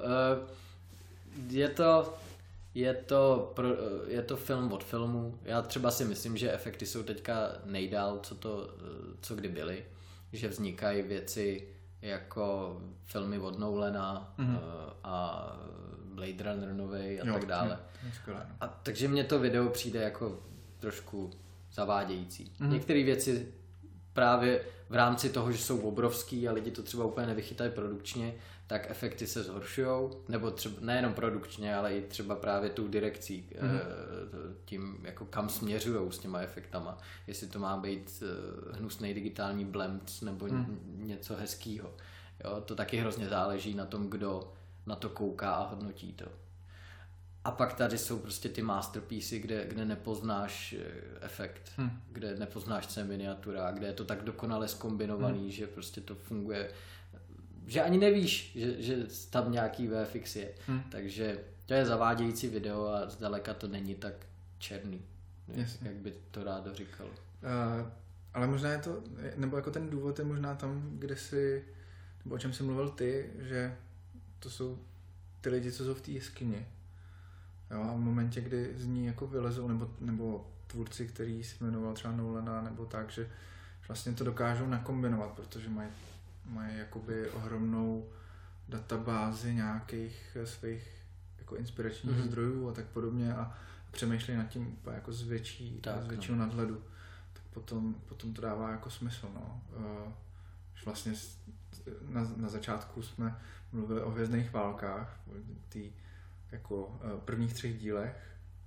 Je to, je to, pro, je to film od filmu. Já třeba si myslím, že efekty jsou teďka nejdál, co to, co kdy byly. Že vznikají věci jako filmy od Nolana mm-hmm. a Blade Runner novej a jo, tak dále. Skvělé, no. A takže mně to video přijde jako trošku zavádějící. Mm-hmm. Některé věci právě v rámci toho, že jsou obrovský a lidi to třeba úplně nevychytají produkčně, tak efekty se zhoršujou, nebo třeba nejenom produkčně, ale i třeba právě tou direkcí, mm-hmm. tím jako kam směřujou s těma efektama. Jestli to má být hnusný digitální blend nebo mm. něco hezkýho. Jo, to taky hrozně záleží na tom, kdo na to kouká a hodnotí to. A pak tady jsou prostě ty masterpiece, kde, kde nepoznáš efekt, hmm. kde nepoznáš, co je miniatura, kde je to tak dokonale zkombinovaný, hmm. že prostě to funguje, že ani nevíš, že, že tam nějaký V F X je. Hmm. Takže to je zavádějící video a zdaleka to není tak černý, yes. jak by to rádo říkal. Uh, ale možná je to, nebo jako ten důvod je možná tam, kde si, nebo o čem jsi mluvil ty, že to jsou ty lidi, co jsou v té jeskyni. Jo, a v momentě, kdy z ní jako vylezou, nebo, nebo tvůrci, který si jmenoval třeba Nolana, nebo tak, že vlastně to dokážou nakombinovat, protože mají, mají jakoby ohromnou databázi nějakých svých jako inspiračních mm-hmm. zdrojů a tak podobně a přemýšlí nad tím úplně jako z, větší, tak, z většího no. nadhledu. Tak potom, potom to dává jako smysl. No. Uh, vlastně na, na začátku jsme mluvili o Hvězdných válkách, tý jako uh, prvních třech dílech,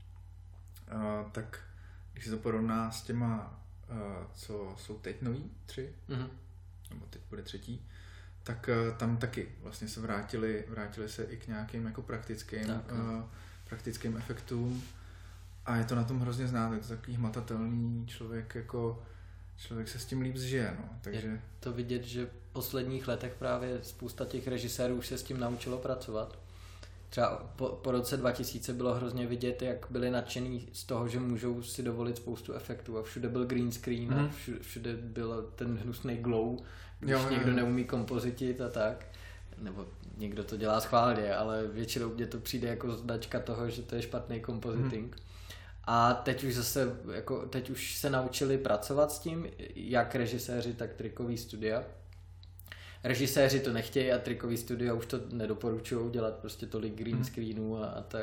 uh, tak když se to porovná s těma, uh, co jsou teď nový tři, mm-hmm. nebo teď bude třetí, tak uh, tam taky vlastně se vrátili, vrátili se i k nějakým jako praktickým, tak, uh, praktickým efektům a je to na tom hrozně znát, je to takový hmatatelný člověk, jako člověk se s tím líp zžije, no, takže... Je to vidět, že v posledních letech právě spousta těch režisérů už se s tím naučilo pracovat. Třeba po, po roce dva tisíce bylo hrozně vidět, jak byli nadšený z toho, že můžou si dovolit spoustu efektů a všude byl green screen mm. a všude, všude byl ten hnusný glow, když jo, někdo jo. neumí kompozitit a tak. Nebo někdo to dělá schválně, ale většinou mně to přijde jako značka toho, že to je špatný compositing. Mm. A teď už zase, jako, teď už se naučili pracovat s tím, jak režiséři, tak trikový studia. Režiséři to nechtějí a trikový studia už to nedoporučují dělat prostě tolik green screenů a, a tak.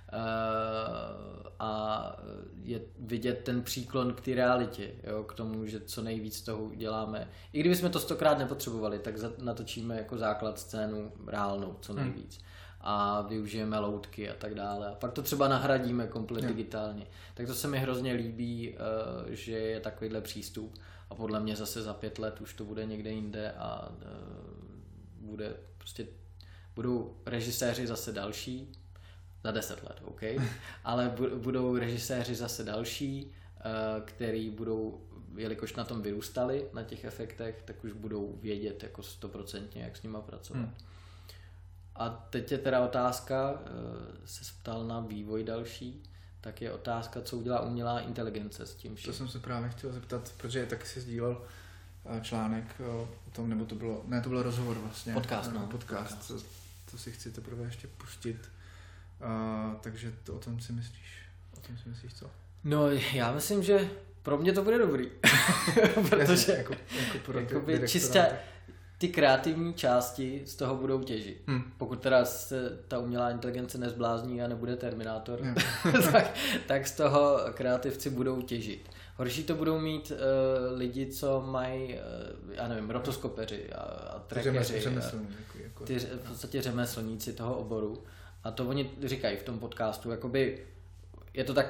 Uh, a je vidět ten příklon k té realitě, jo, k tomu, že co nejvíc toho uděláme. I kdybychom to stokrát nepotřebovali, tak za, natočíme jako základ scénu reálnou co nejvíc. Hmm. A využijeme loutky a tak dále. A pak to třeba nahradíme komplet hmm. digitálně. Tak to se mi hrozně líbí, uh, že je takovýhle přístup. A podle mě zase za pět let už to bude někde jinde a uh, bude prostě, budou režiséři zase další, za deset let, OK, ale budou režiséři zase další, uh, který budou, jelikož na tom vyrůstali, na těch efektech, tak už budou vědět jako stoprocentně, jak s nima pracovat. Hmm. A teď je teda otázka, uh, se ptal na vývoj další, tak je otázka, co udělá umělá inteligence s tím vším. To jsem se právě chtěl zeptat, protože taky si sdílel článek o tom, nebo to bylo, ne, to byl rozhovor vlastně. Podcast, no. Podcast, podcast. To, to si chci teprve ještě pustit. Uh, takže to, o tom si myslíš, o tom si myslíš co? No, já myslím, že pro mě to bude dobrý. Protože jako, jako pro jakoby čistě ty kreativní části z toho budou těžit. Hmm. Pokud teda se ta umělá inteligence nezblázní a nebude Terminátor, hmm. tak, tak z toho kreativci budou těžit. Horší to budou mít uh, lidi, co mají, uh, já nevím, rotoskopeři a, a trackeři. Řemeslníci. Jako, ty v podstatě řemeslníci toho oboru. A to oni říkají v tom podcastu, jakoby je to tak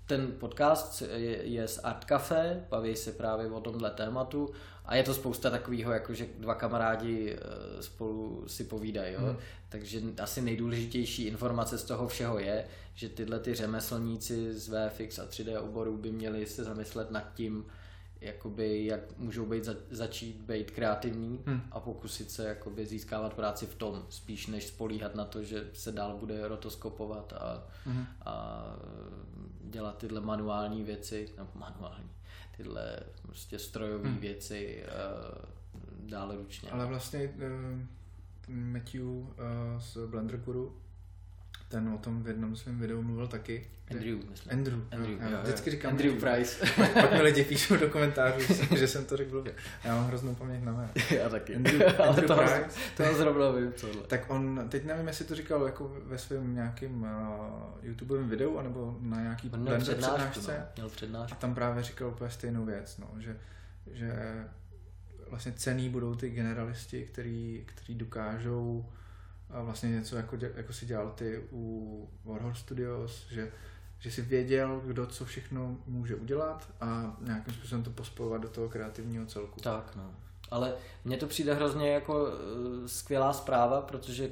ten podcast je, je z Art Café, baví se právě o tomhle tématu a je to spousta takového, jako že dva kamarádi spolu si povídají, jo? Hmm. Takže asi nejdůležitější informace z toho všeho je, že tyhle ty řemeslníci z V F X a tři D oboru by měli se zamyslet nad tím, jakoby, jak můžou být, za, začít být kreativní hmm. a pokusit se jakoby získávat práci v tom, spíš než spolíhat na to, že se dál bude rotoskopovat a, hmm. a dělat tyhle manuální věci, nebo manuální, tyhle prostě strojové hmm. věci dál ručně. Ale vlastně uh, Matthew uh, z Blender Guru, ten o tom v jednom svém videu mluvil taky. Andrew, myslím. Andrew, Andrew no, jo, vždycky říkám Andrew Andrew Price. Pak mi lidi píšou do komentářů, že jsem to řekl blbě. Já mám hroznou paměť na jméno. Já taky. Andrew, Andrew to Price. To zrovna vím, tohle. Tak on, teď nevím, jestli to říkal jako ve svém nějakým uh, YouTubeovém videu, anebo na nějaký Blender přednášce. No, měl přednášku. A tam právě říkal úplně stejnou věc, no, že, že vlastně cenný budou ty generalisti, který, který dokážou a vlastně něco jako, jako si dělal ty u Warhol Studios, že, že si věděl, kdo co všechno může udělat a nějakým způsobem to pospojovat do toho kreativního celku. Tak no, ale mně to přijde hrozně jako uh, skvělá zpráva, protože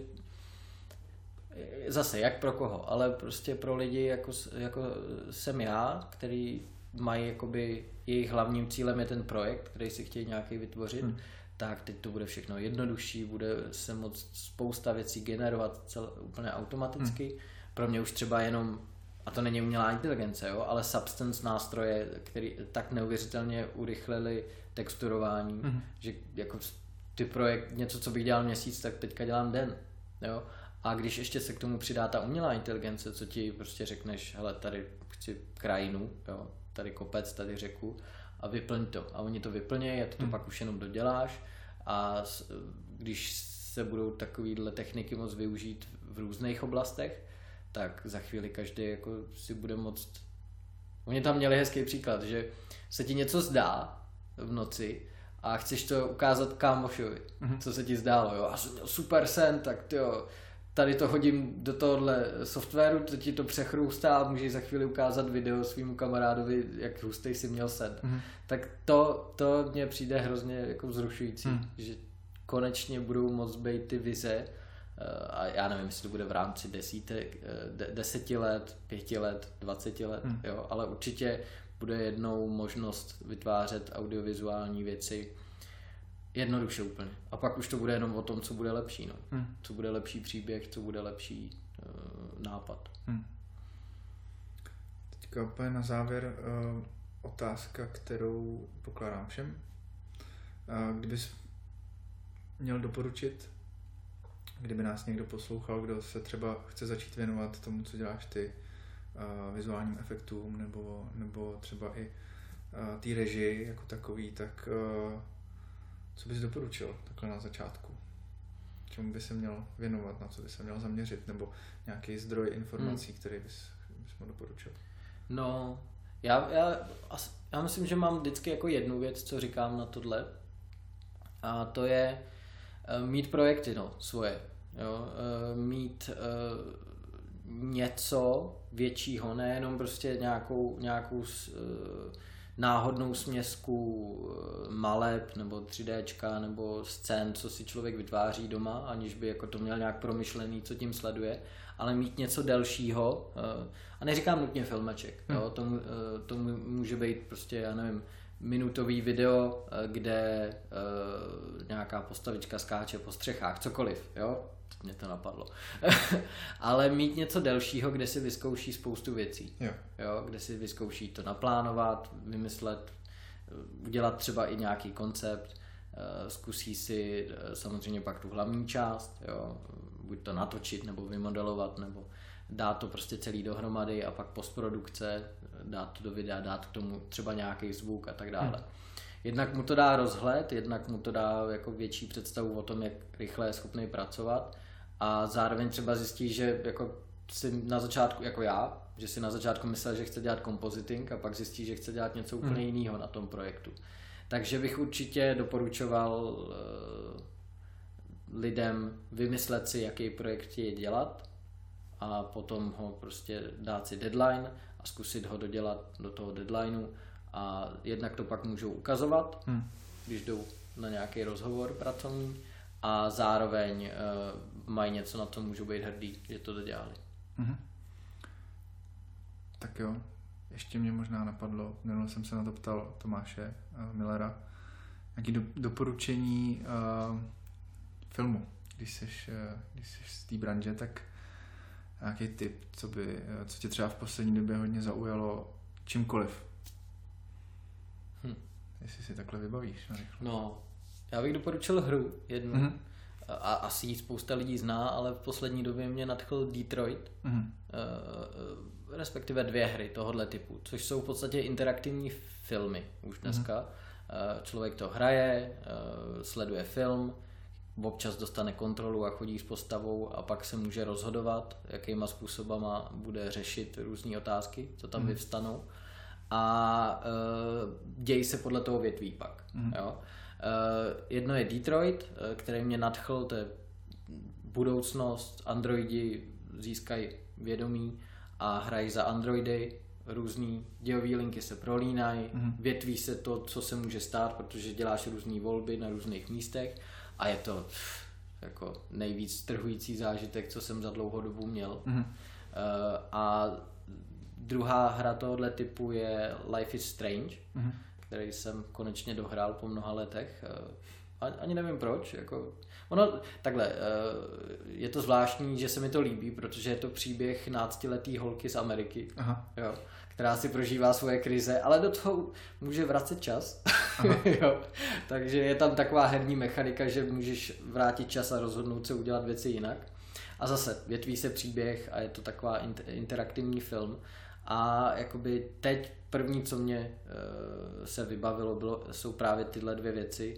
zase jak pro koho, ale prostě pro lidi jako, jako jsem já, který mají jakoby, jejich hlavním cílem je ten projekt, který si chtějí nějaký vytvořit, hmm. tak teď to bude všechno jednodušší, bude se moc spousta věcí generovat cel, úplně automaticky. Hmm. Pro mě už třeba jenom, a to není umělá inteligence, jo, ale Substance nástroje, které tak neuvěřitelně urychlili texturování, hmm. že jako ty projekt, něco, co bych dělal měsíc, tak teďka dělám den. Jo. A když ještě se k tomu přidá ta umělá inteligence, co ti prostě řekneš, hele, tady chci krajinu, jo, tady kopec, tady řeku, a vyplň to. A oni to vyplnějí a ty to hmm. pak už jenom doděláš a když se budou takovýhle techniky moc využít v různých oblastech, tak za chvíli každý jako si bude moct... Oni tam měli hezký příklad, že se ti něco zdá v noci a chceš to ukázat kámošovi, hmm. co se ti zdálo. Jo? A jsem měl super sen, tak tyjo, tady to hodím do tohohle softwaru, to ti to přechrůstá a můžeš za chvíli ukázat video svýmu kamarádovi, jak hustej si měl sen. Mm. Tak to, to mně přijde hrozně jako vzrušující, mm. že konečně budou moct být ty vize a já nevím, jestli to bude v rámci desítek, de, deseti let, pěti let, dvaceti let, mm. jo, ale určitě bude jednou možnost vytvářet audiovizuální věci jednoduše úplně. A pak už to bude jenom o tom, co bude lepší. No. Hmm. Co bude lepší příběh, co bude lepší uh, nápad. Hmm. Teďka úplně na závěr uh, otázka, kterou pokládám všem. Uh, kdybys měl doporučit, kdyby nás někdo poslouchal, kdo se třeba chce začít věnovat tomu, co děláš ty, uh, vizuálním efektům, nebo, nebo třeba i uh, té režii jako takový, tak uh, co bys doporučil takhle na začátku? Čemu by se měl věnovat, na co by se měl zaměřit, nebo nějaký zdroj informací, hmm. který bys, bys mu doporučil? No, já, já, já myslím, že mám vždycky jako jednu věc, co říkám na tohle, a to je uh, mít projekty, no, svoje. Jo? Uh, mít uh, něco většího, nejenom prostě nějakou, nějakou uh, náhodnou směsku maleb nebo tři déčka nebo scén, co si člověk vytváří doma, aniž by jako to měl nějak promyšlený, co tím sleduje, ale mít něco delšího, a neříkám nutně filmeček, hmm. jo, to, to může být prostě, já nevím, minutový video, kde uh, nějaká postavička skáče po střechách, cokoliv, jo, mě to napadlo. Ale mít něco delšího, kde si vyzkouší spoustu věcí. Jo. Jo, kde si vyzkouší to naplánovat, vymyslet, udělat třeba i nějaký koncept, zkusí si samozřejmě pak tu hlavní část, jo, buď to natočit, nebo vymodelovat, nebo dát to prostě celý dohromady a pak postprodukce, dát to do videa, dát k tomu třeba nějaký zvuk a tak dále. Hmm. Jednak mu to dá rozhled, jednak mu to dá jako větší představu o tom, jak rychle je schopný pracovat a zároveň třeba zjistí, že jako si na začátku, jako já, že si na začátku myslel, že chce dělat compositing a pak zjistí, že chce dělat něco úplně hmm. jiného na tom projektu. Takže bych určitě doporučoval uh, lidem vymyslet si, jaký projekt je dělat a potom ho prostě dát si deadline a zkusit ho dodělat do toho deadlineu a jednak to pak můžou ukazovat, hmm. když jdou na nějaký rozhovor pracovní a zároveň uh, mají něco, na co můžou být hrdí, že to dodělali. Hmm. Tak jo, ještě mě možná napadlo, minule jsem se na to ptal Tomáše uh, Millera, nějaké do, doporučení uh, filmu, když jsi, uh, když jsi z té branže, tak nějaký tip, co, by, uh, co tě třeba v poslední době hodně zaujalo čímkoliv. Hm. Jestli si takhle vybavíš. No, já bych doporučil hru jednu. Mm-hmm. A asi ji spousta lidí zná, ale v poslední době mě nadchl Detroit. Mm-hmm. Uh, respektive dvě hry tohohle typu, což jsou v podstatě interaktivní filmy už dneska. Mm-hmm. Uh, člověk to hraje, uh, sleduje film, občas dostane kontrolu a chodí s postavou a pak se může rozhodovat, jakýma způsobama bude řešit různé otázky, co tam mm-hmm. vyvstanou. A uh, děj se podle toho větví pak. Mm. Jo? Uh, jedno je Detroit, uh, který mě nadchl, to je budoucnost, androidi získají vědomí a hrají za androidy, různý dějový linky se prolínají, mm. větví se to, co se může stát, protože děláš různé volby na různých místech a je to pff, jako nejvíc trhující zážitek, co jsem za dlouhou dobu měl. Mm. Uh, a druhá hra tohohle typu je Life is Strange, mm-hmm. který jsem konečně dohrál po mnoha letech. Ani nevím proč. Jako, ono, takhle, je to zvláštní, že se mi to líbí, protože je to příběh náctiletý holky z Ameriky, jo, která si prožívá svoje krize, ale do toho může vracet čas. Jo, takže je tam taková herní mechanika, že můžeš vrátit čas a rozhodnout se udělat věci jinak. A zase větví se příběh a je to taková interaktivní film. A jakoby teď první, co mě e, se vybavilo, bylo, jsou právě tyhle dvě věci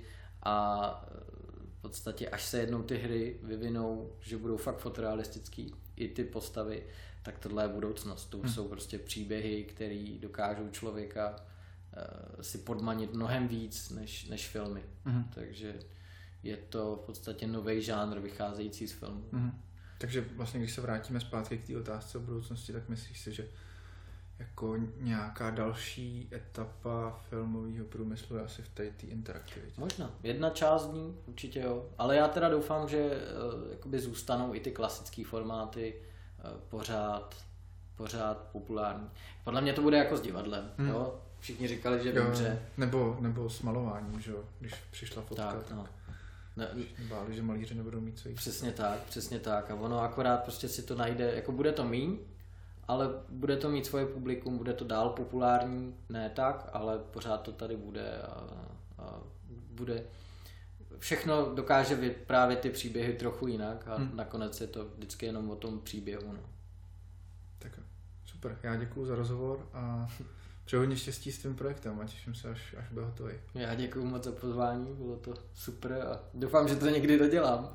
a v podstatě až se jednou ty hry vyvinou, že budou fakt fotorealistický, i ty postavy, tak tohle je budoucnost. To hmm. jsou prostě příběhy, které dokážou člověka e, si podmanit mnohem víc než, než filmy. Hmm. Takže je to v podstatě nový žánr vycházející z filmu. Hmm. Takže vlastně, když se vrátíme zpátky k té otázce o budoucnosti, tak myslíš si, že jako nějaká další etapa filmového průmyslu je asi v té interaktivitě? Možná. Jedna část dní, určitě jo. Ale já teda doufám, že uh, jakoby zůstanou i ty klasické formáty uh, pořád, pořád populární. Podle mě to bude jako s divadlem. Hmm. Jo? Všichni říkali, že dobře. Nebo, nebo s malováním, že jo? Když přišla fotka, tak, tak no. Ne, báli, že malíři nebudou mít co jít. Přesně tak, přesně tak. A ono akorát prostě si to najde, jako bude to míň, ale bude to mít svoje publikum, bude to dál populární, ne tak, ale pořád to tady bude a, a bude, všechno dokáže vyprávět ty příběhy trochu jinak a hmm. nakonec je to vždycky jenom o tom příběhu. No. Tak super, já děkuju za rozhovor a přeji hodně štěstí s tím projektem a těším se, až, až bude hotový. Já děkuju moc za pozvání, bylo to super a doufám, že to někdy dodělám.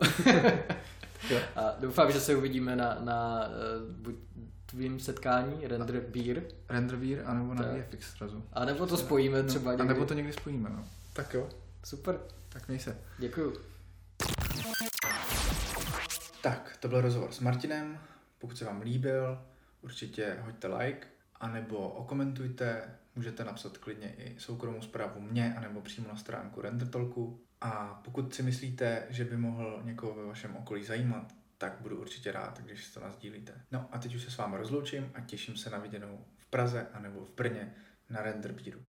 A doufám, že se uvidíme na, na buď tvým setkání Render Beer. Render Beer, anebo na V F X srazu. A nebo to spojíme třeba no, někdy. A nebo to někdy spojíme, no. Tak jo. Super. Tak měj se. Děkuju. Tak, to byl rozhovor s Martinem. Pokud se vám líbil, určitě hoďte like, anebo okomentujte. Můžete napsat klidně i soukromou zprávu mě, anebo přímo na stránku RenderTalku. A pokud si myslíte, že by mohl někoho ve vašem okolí zajímat, tak budu určitě rád, když to nasdílíte. No a teď už se s vámi rozloučím a těším se na viděnou v Praze anebo v Brně na Render Beeru.